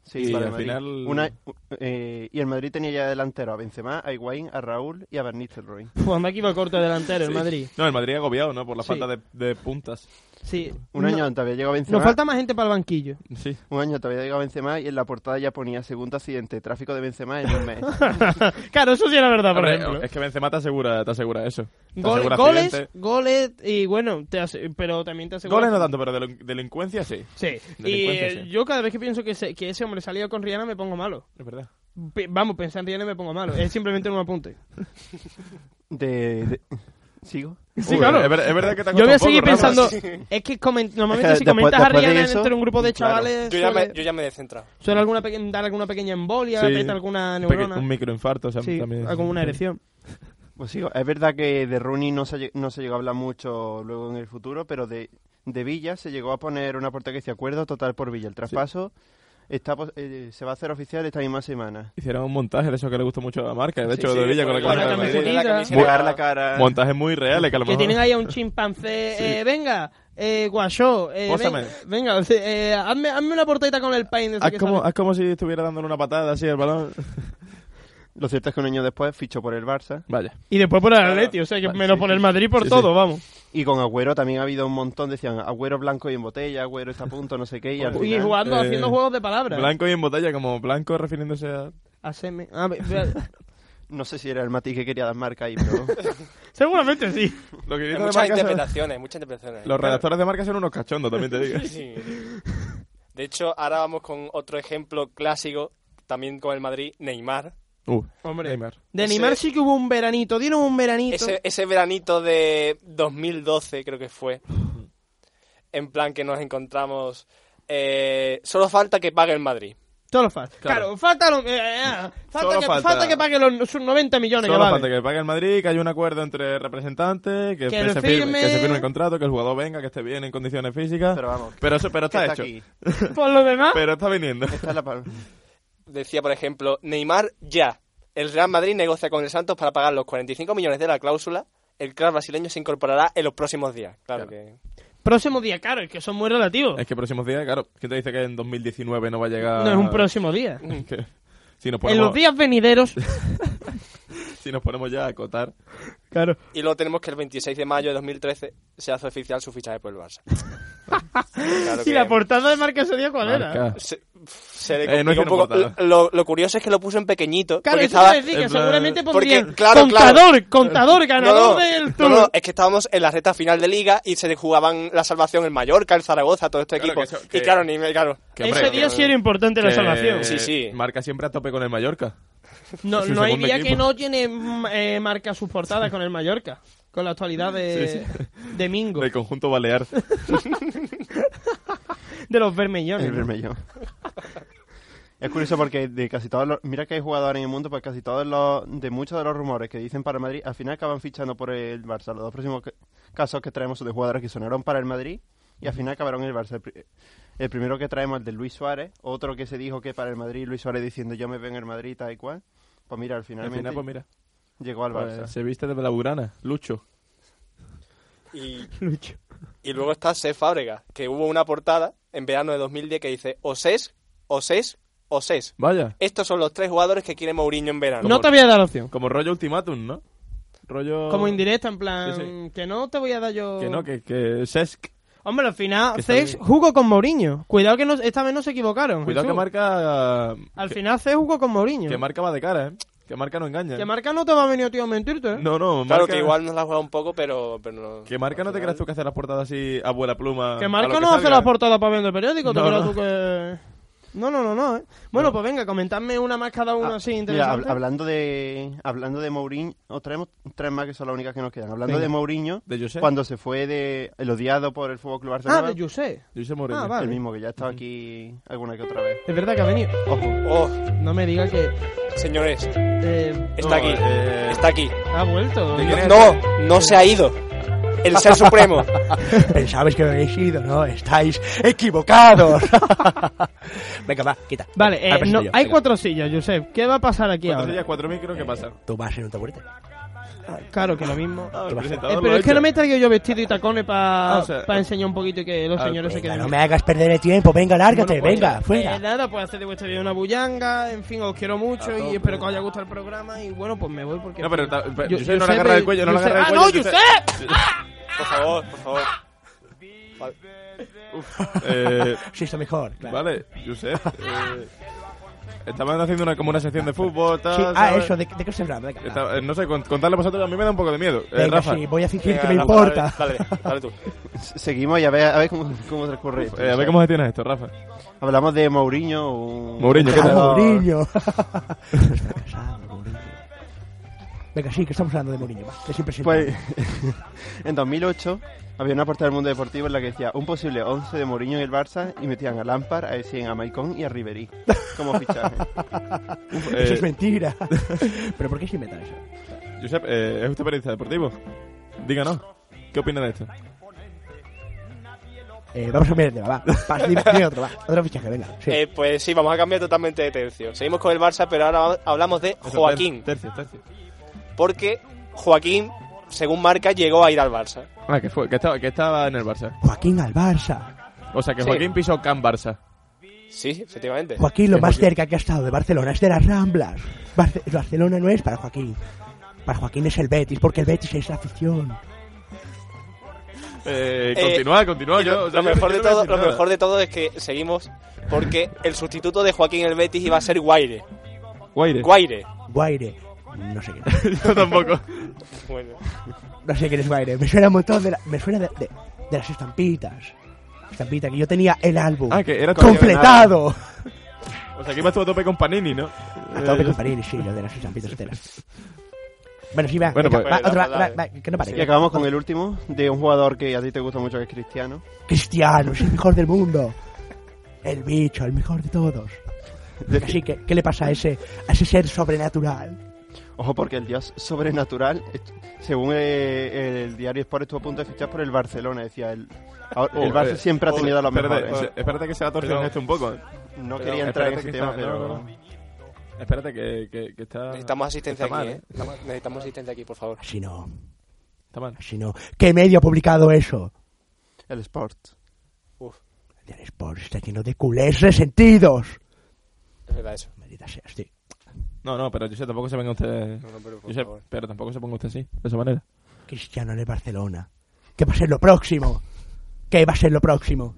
Sí, y para al el Madrid. final... Y el Madrid tenía ya delantero a Benzema, a Higuaín, a Raúl y a Van Nistelrooy. Anda que iba corto delantero el Madrid. No, el Madrid agobiado, ¿no? Por la Sí. falta de puntas. Sí. Un año antes había llegado Benzema. Nos falta más gente para el banquillo. Sí. Un año antes había llegado Benzema y en la portada ya ponía segundo accidente, tráfico de Benzema en un mes. Claro, eso sí era verdad, por Hombre, ejemplo. es que Benzema te asegura eso. Te Goles, asegura goles, accidente. goles y bueno, pero también te asegura... Goles no tanto, pero delincuencia sí. Sí, y Delincuencia, sí. yo cada vez que pienso que ese hombre salía con Rihanna me pongo malo. Es verdad. Vamos, pensar en Rihanna y me pongo malo. Es simplemente un apunte. ¿Sigo? Sí, claro. Es verdad que te ha Yo voy a costado seguir un poco, Rafa. pensando... Es que normalmente Es si que comentas a después de Rihanna eso, entre un grupo de claro. chavales... Yo ya me he descentrado. Suele dar alguna pequeña embolia, Sí. aprieta alguna neurona. Un microinfarto, o sea, Sí, también. como una erección. Pues sigo. Es verdad que de Rooney no se llegó a hablar mucho luego en el futuro, pero de Villa se llegó a poner una portada que decía acuerdo total por Villa. El traspaso se va a hacer oficial esta misma semana. Hicieron un montaje de eso que le gustó mucho a la marca. De hecho, Sí, de Villa con con la la camiseta. camiseta. La cara. Montajes muy reales, que a lo Que mejor... tienen ahí a un chimpancé. Venga, Guasó. Pósame. Venga, hazme una portadita con el paint. Haz como si estuviera dándole una patada así al balón. Lo cierto es que un año después fichó por el Barça. Vaya. Y después por el Atleti, o sea, que menos por el Madrid por todo, vamos. Y con Agüero también ha habido un montón, decían Agüero blanco y en botella, Agüero está a punto, no sé qué, y al Y final... jugando, haciendo juegos de palabras. Blanco y en botella, como blanco refiriéndose a... A seme. No sé si era el matiz que quería dar marca ahí, pero... Seguramente sí. Lo que Hay dice de muchas marca son- interpretaciones. Los redactores de marca son unos cachondos, también te digo. Sí. De hecho, ahora vamos con otro ejemplo clásico, también con el Madrid, Neymar. Hombre, Neymar. de Neymar sí que hubo un veranito, dieron un veranito. Ese veranito de 2012, creo que fue. En plan que nos encontramos... solo falta que pague el Madrid. Solo falta. Claro, falta que pague sus 90 millones. Solo que vale. falta que pague el Madrid, que haya un acuerdo entre representantes, que lo se firme el contrato, que el jugador venga, que esté bien en condiciones físicas. Pero vamos, pero está hecho. aquí. Por lo demás. Pero está viniendo. Esta es la Decía, por ejemplo, Neymar ya. El Real Madrid negocia con el Santos para pagar los 45 millones de la cláusula. El crack brasileño se incorporará en los próximos días. Claro que... Próximo día, claro, es que son muy relativos. Es que próximos días, claro. ¿Quién te dice que en 2019 no va a llegar? No es un próximo día. Que si nos En los días venideros. Si nos ponemos ya a acotar. Claro. Y luego tenemos que el 26 de mayo de 2013 se hace oficial su fichaje por el Barça. Claro ¿Y la portada de Marca ese día cuál era? Se le complica un poco. Lo curioso es que lo puso en pequeñito. Claro, porque eso te decía que seguramente pondrían contador, ganador del Tour. No, es que estábamos en la recta final de Liga y se jugaban la salvación el Mallorca, el Zaragoza, todo este equipo. Y claro, ese día sí era importante la salvación. Sí. Marca siempre a tope con el Mallorca. No hay día que no tiene Marca sus portadas con el Mallorca. Con la actualidad de Mingo. Del conjunto balear. De los Bermellones. El Bermellón. Es curioso porque de casi todos los... Mira que hay jugadores en el mundo, pues casi todos de muchos de los rumores que dicen para el Madrid, al final acaban fichando por el Barça. Los dos próximos casos que traemos son de jugadores que sonaron para el Madrid y al final acabaron en el Barça. El primero que traemos, el de Luis Suárez, otro que se dijo que para el Madrid, Luis Suárez diciendo yo me veo en el Madrid tal y cual. Pues mira, al final llegó al Barça. Se viste de blaugrana, Lucho. Y luego está Cesc Fábregas, que hubo una portada en verano de 2010 que dice Osés. Vaya. Estos son los 3 jugadores que quiere Mourinho en verano. No te voy a dar opción. Como rollo ultimátum, ¿no? Rollo... Como indirecta, en plan, Sí. que no te voy a dar yo... Que no, que Cesc. Hombre, al final, Cesc jugó con Mourinho. Cuidado que esta vez no se equivocaron. Cuidado Jesús. que Marca... Al final Cesc jugó con Mourinho. Que Marca va de cara, ¿eh? Que Marca no engaña. Que Marca no te va a venir, tío, a mentirte, ¿eh? No, Claro Marca... que igual nos la ha jugado un poco, pero no... Que Marca no te creas tú que hace las portadas así a vuela pluma. Que Marca a lo no hace salga. las portadas para vender periódicos, ¿te No, creas no. tú que...? No, ¿eh? Bueno, pues venga, comentadme una más cada uno así Mira, interesante. hablando de Mourinho, os traemos 3 más que son las únicas que nos quedan. Hablando de Mourinho, ¿De José? cuando se fue el odiado por el FC Barcelona. de José. José Mourinho. Ah, vale. El mismo, que ya ha estado aquí alguna que otra vez. Es verdad que ha venido. Ojo. No me diga que... Señores, está No, aquí. Está aquí. Ha vuelto. No se ha ido. El ser supremo. Pensabais que me habéis ido, ¿no? Estáis equivocados. Venga, va, quita. Vale, Ahora presento yo, hay venga. 4 sillas, Josep. ¿Qué va a pasar aquí 4 ahora? sillas, 4 micros, ¿qué pasa? Tú vas en un taburete. Claro, que lo mismo. presentador pero lo es que ha no hecho. me he traído yo vestido y tacones para o sea, enseñar un poquito y que los señores se queden. No me hagas perder el tiempo, venga, lárgate, Bueno, pues, venga, fuera. Nada, pues hacer de vuestra vida una bullanga. En fin, os quiero mucho y espero que os haya gustado el programa. Y bueno, pues me voy porque. No, pero Yo- Josep, no le agarra el cuello, no le agarra el ¡Ah, cuello. no, Josep! Por favor, por favor. Vale. Sí, está mejor. Claro. Vale, Josep. Estaban haciendo como una sección de fútbol, tal. Sí, ¿sabes? eso, ¿de qué se habla? No sé, contarle a vosotros a mí me da un poco de miedo. Venga, Rafa. sí, voy a fingir que me Rafa, importa. Dale tú. Seguimos y a ver cómo transcurre esto. A ver cómo gestionas esto, Rafa. Hablamos de Mourinho. Mourinho, ¿qué tal? Mourinho. Venga, sí, que estamos hablando de Mourinho. Es impresionante. Pues, en 2008 había una portada del Mundo Deportivo en la que decía un posible 11 de Mourinho y el Barça y metían a Lampard, a Essien, a Maicon y a Ribéry como fichaje. Eso es mentira. ¿Pero por qué se inventan eso? Josep, ¿es usted periodista deportivo? Díganos, ¿qué opina de esto? Vamos a cambiar de tema, va. Dime otro, va. Otro fichaje, venga. Sí. Pues sí, vamos a cambiar totalmente de tercio. Seguimos con el Barça, pero ahora hablamos de Joaquín. Tercio. Porque Joaquín, según Marca, llegó a ir al Barça. Ah, que estaba en el Barça. Joaquín al Barça. O sea, que Sí. Joaquín pisó Can Barça. Sí, efectivamente. Joaquín, lo más cerca que ha estado de Barcelona es de las Ramblas. Barcelona no es para Joaquín. Para Joaquín es el Betis, porque el Betis es la afición. Continúa. Lo mejor de todo es que seguimos porque el sustituto de Joaquín en el Betis iba a ser Guaire. Guaire. No sé quién es. Yo tampoco. Bueno. No sé quién es Guaire. Me suena un montón de las estampitas. Estampita, que yo tenía el álbum Que era completado. O sea, que ibas tú a tope con Panini, ¿no? A tope con Panini, sí, lo de las estampitas enteras. Bueno, sí, va. Bueno, venga, pues, va, que no pare. Y acabamos con el último, de un jugador que a ti te gusta mucho, que es Cristiano. Cristiano, es el mejor del mundo. El bicho, el mejor de todos. Así que, ¿qué le pasa a ese ser sobrenatural? Ojo, porque el dios sobrenatural, según el diario Sport, estuvo a punto de fichar por el Barcelona. Decía, el Barça siempre ha tenido a los mejores. Espérate que se ha torcido esto un poco. No quería entrar en ese tema, pero... Espérate que está... Necesitamos asistencia está aquí, mal, Necesitamos asistencia aquí, por favor. Así no. Está mal. Así no. ¿Qué medio ha publicado eso? El Sport. El Sport está lleno de culés resentidos. Es verdad eso. Maldita sea, sí. No, pero Josep, tampoco se venga usted... pero tampoco se ponga usted así, de esa manera. Cristiano en el Barcelona. ¿Qué va a ser lo próximo? ¿Qué va a ser lo próximo?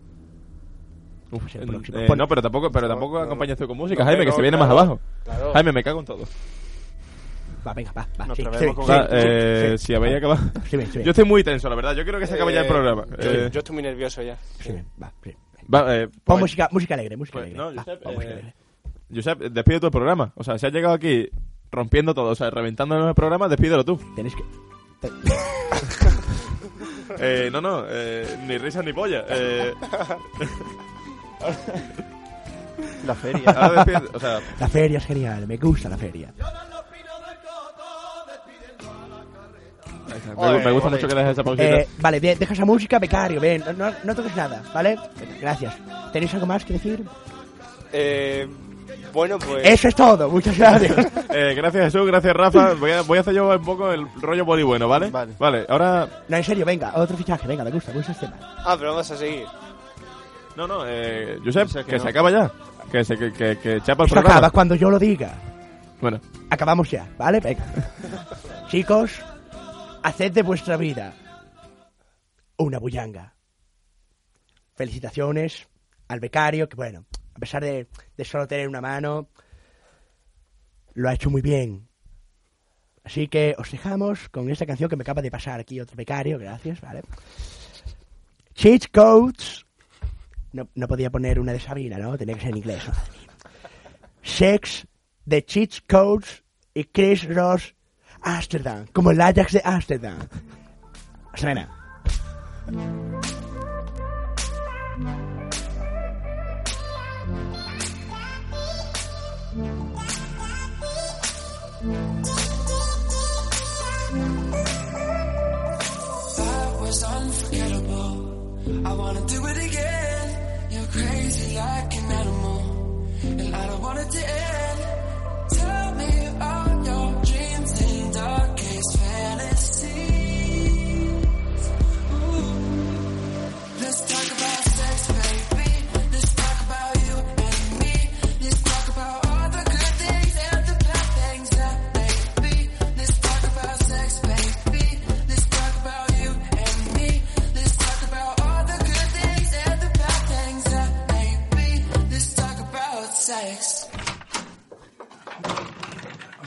No, pero tampoco acompañas tú con música, Jaime, que se viene más abajo. Claro. Jaime, me cago en todo. Va, venga, va. Si habéis acabado... Sí. Yo estoy muy tenso, la verdad. Yo quiero que se acabe ya el programa. Yo estoy muy nervioso ya. Sí. pues, Pon música alegre, música alegre. No, Josep, pon música alegre. Josep, despide tú el programa. O sea, si has llegado aquí rompiendo todo, o sea, reventando el programa, despídelo tú. Tenéis que... Ni risas ni polla. La feria. Ahora despide, o sea, La feria es genial, me gusta la feria. me gusta mucho que dejes esa pausita. Vale, bien, deja esa música, becario, ven, no toques nada, ¿vale? Gracias. ¿Tenéis algo más que decir? Bueno, pues... Eso es todo, muchas gracias. Gracias Jesús, gracias Rafa. Voy a hacer yo un poco el rollo boli bueno, ¿vale? Vale, ahora... No, en serio, venga, otro fichaje, venga, me gusta este tema. pero vamos a seguir. No, Josep, que se acaba ya. Que chapa el Esto programa. acaba cuando yo lo diga. Bueno. Acabamos ya, ¿vale? Venga. Chicos, haced de vuestra vida una bullanga. Felicitaciones al becario, que bueno, a pesar de solo tener una mano, lo ha hecho muy bien. Así que os dejamos con esta canción que me acaba de pasar aquí otro becario, gracias, ¿vale? Cheat Codes. No podía poner una de Sabina, ¿no? Tenía que ser en inglés, ¿no? Sex de Cheat Codes y Chris Ross Amsterdam, como el Ajax de Amsterdam. Suena. That was unforgettable. I wanna do it again. You're crazy like an animal, and I don't want it to end. Tell me all your dreams and darkest fantasies.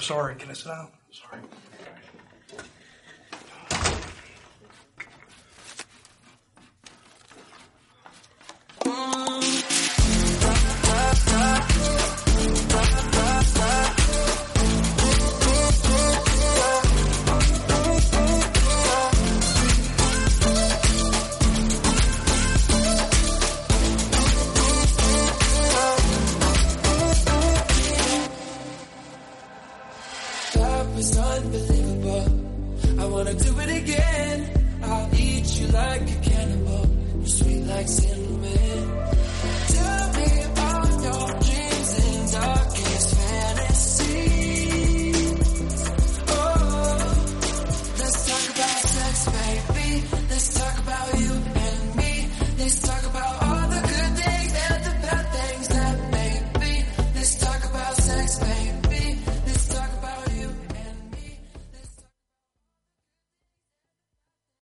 sorry. Can I sit down? Sorry. That was unbelievable. I wanna do it again. I'll eat you like a cannibal. You're sweet like cinnamon.